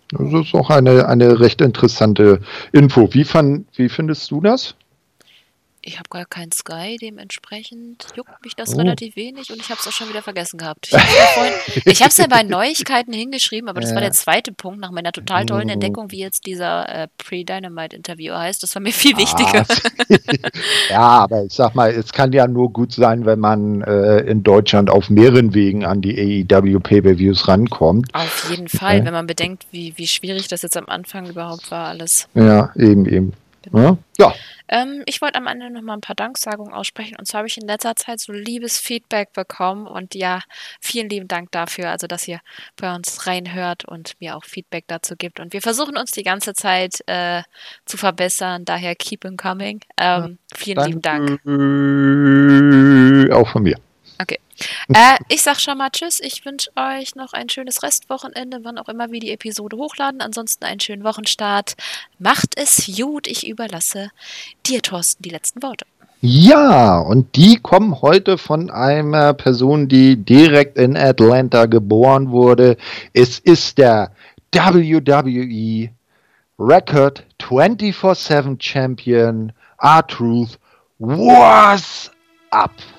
Das ist auch eine recht interessante Info. Wie findest du das? Ich habe gar keinen Sky, dementsprechend juckt mich das Oh. relativ wenig und ich habe es auch schon wieder vergessen gehabt. Ich habe es ja bei Neuigkeiten hingeschrieben, aber das war der zweite Punkt nach meiner total tollen Entdeckung, wie jetzt dieser Pre-Dynamite-Interview heißt. Das war mir viel wichtiger. Ja, aber ich sag mal, es kann ja nur gut sein, wenn man in Deutschland auf mehreren Wegen an die AEW Pay-Per-Views rankommt. Auf jeden Fall, wenn man bedenkt, wie schwierig das jetzt am Anfang überhaupt war, alles. Ja, eben. Genau. Ja. Ich wollte am Ende noch mal ein paar Danksagungen aussprechen. Und zwar habe ich in letzter Zeit so liebes Feedback bekommen. Und ja, vielen lieben Dank dafür, also dass ihr bei uns reinhört und mir auch Feedback dazu gibt. Und wir versuchen uns die ganze Zeit zu verbessern. Daher keep them coming. Vielen lieben Dank. Auch von mir. Okay. Ich sag schon mal Tschüss. Ich wünsche euch noch ein schönes Restwochenende, wann auch immer wir die Episode hochladen. Ansonsten einen schönen Wochenstart. Macht es gut. Ich überlasse dir, Thorsten, die letzten Worte. Ja, und die kommen heute von einer Person, die direkt in Atlanta geboren wurde. Es ist der WWE Record 24/7 Champion R-Truth. What's up?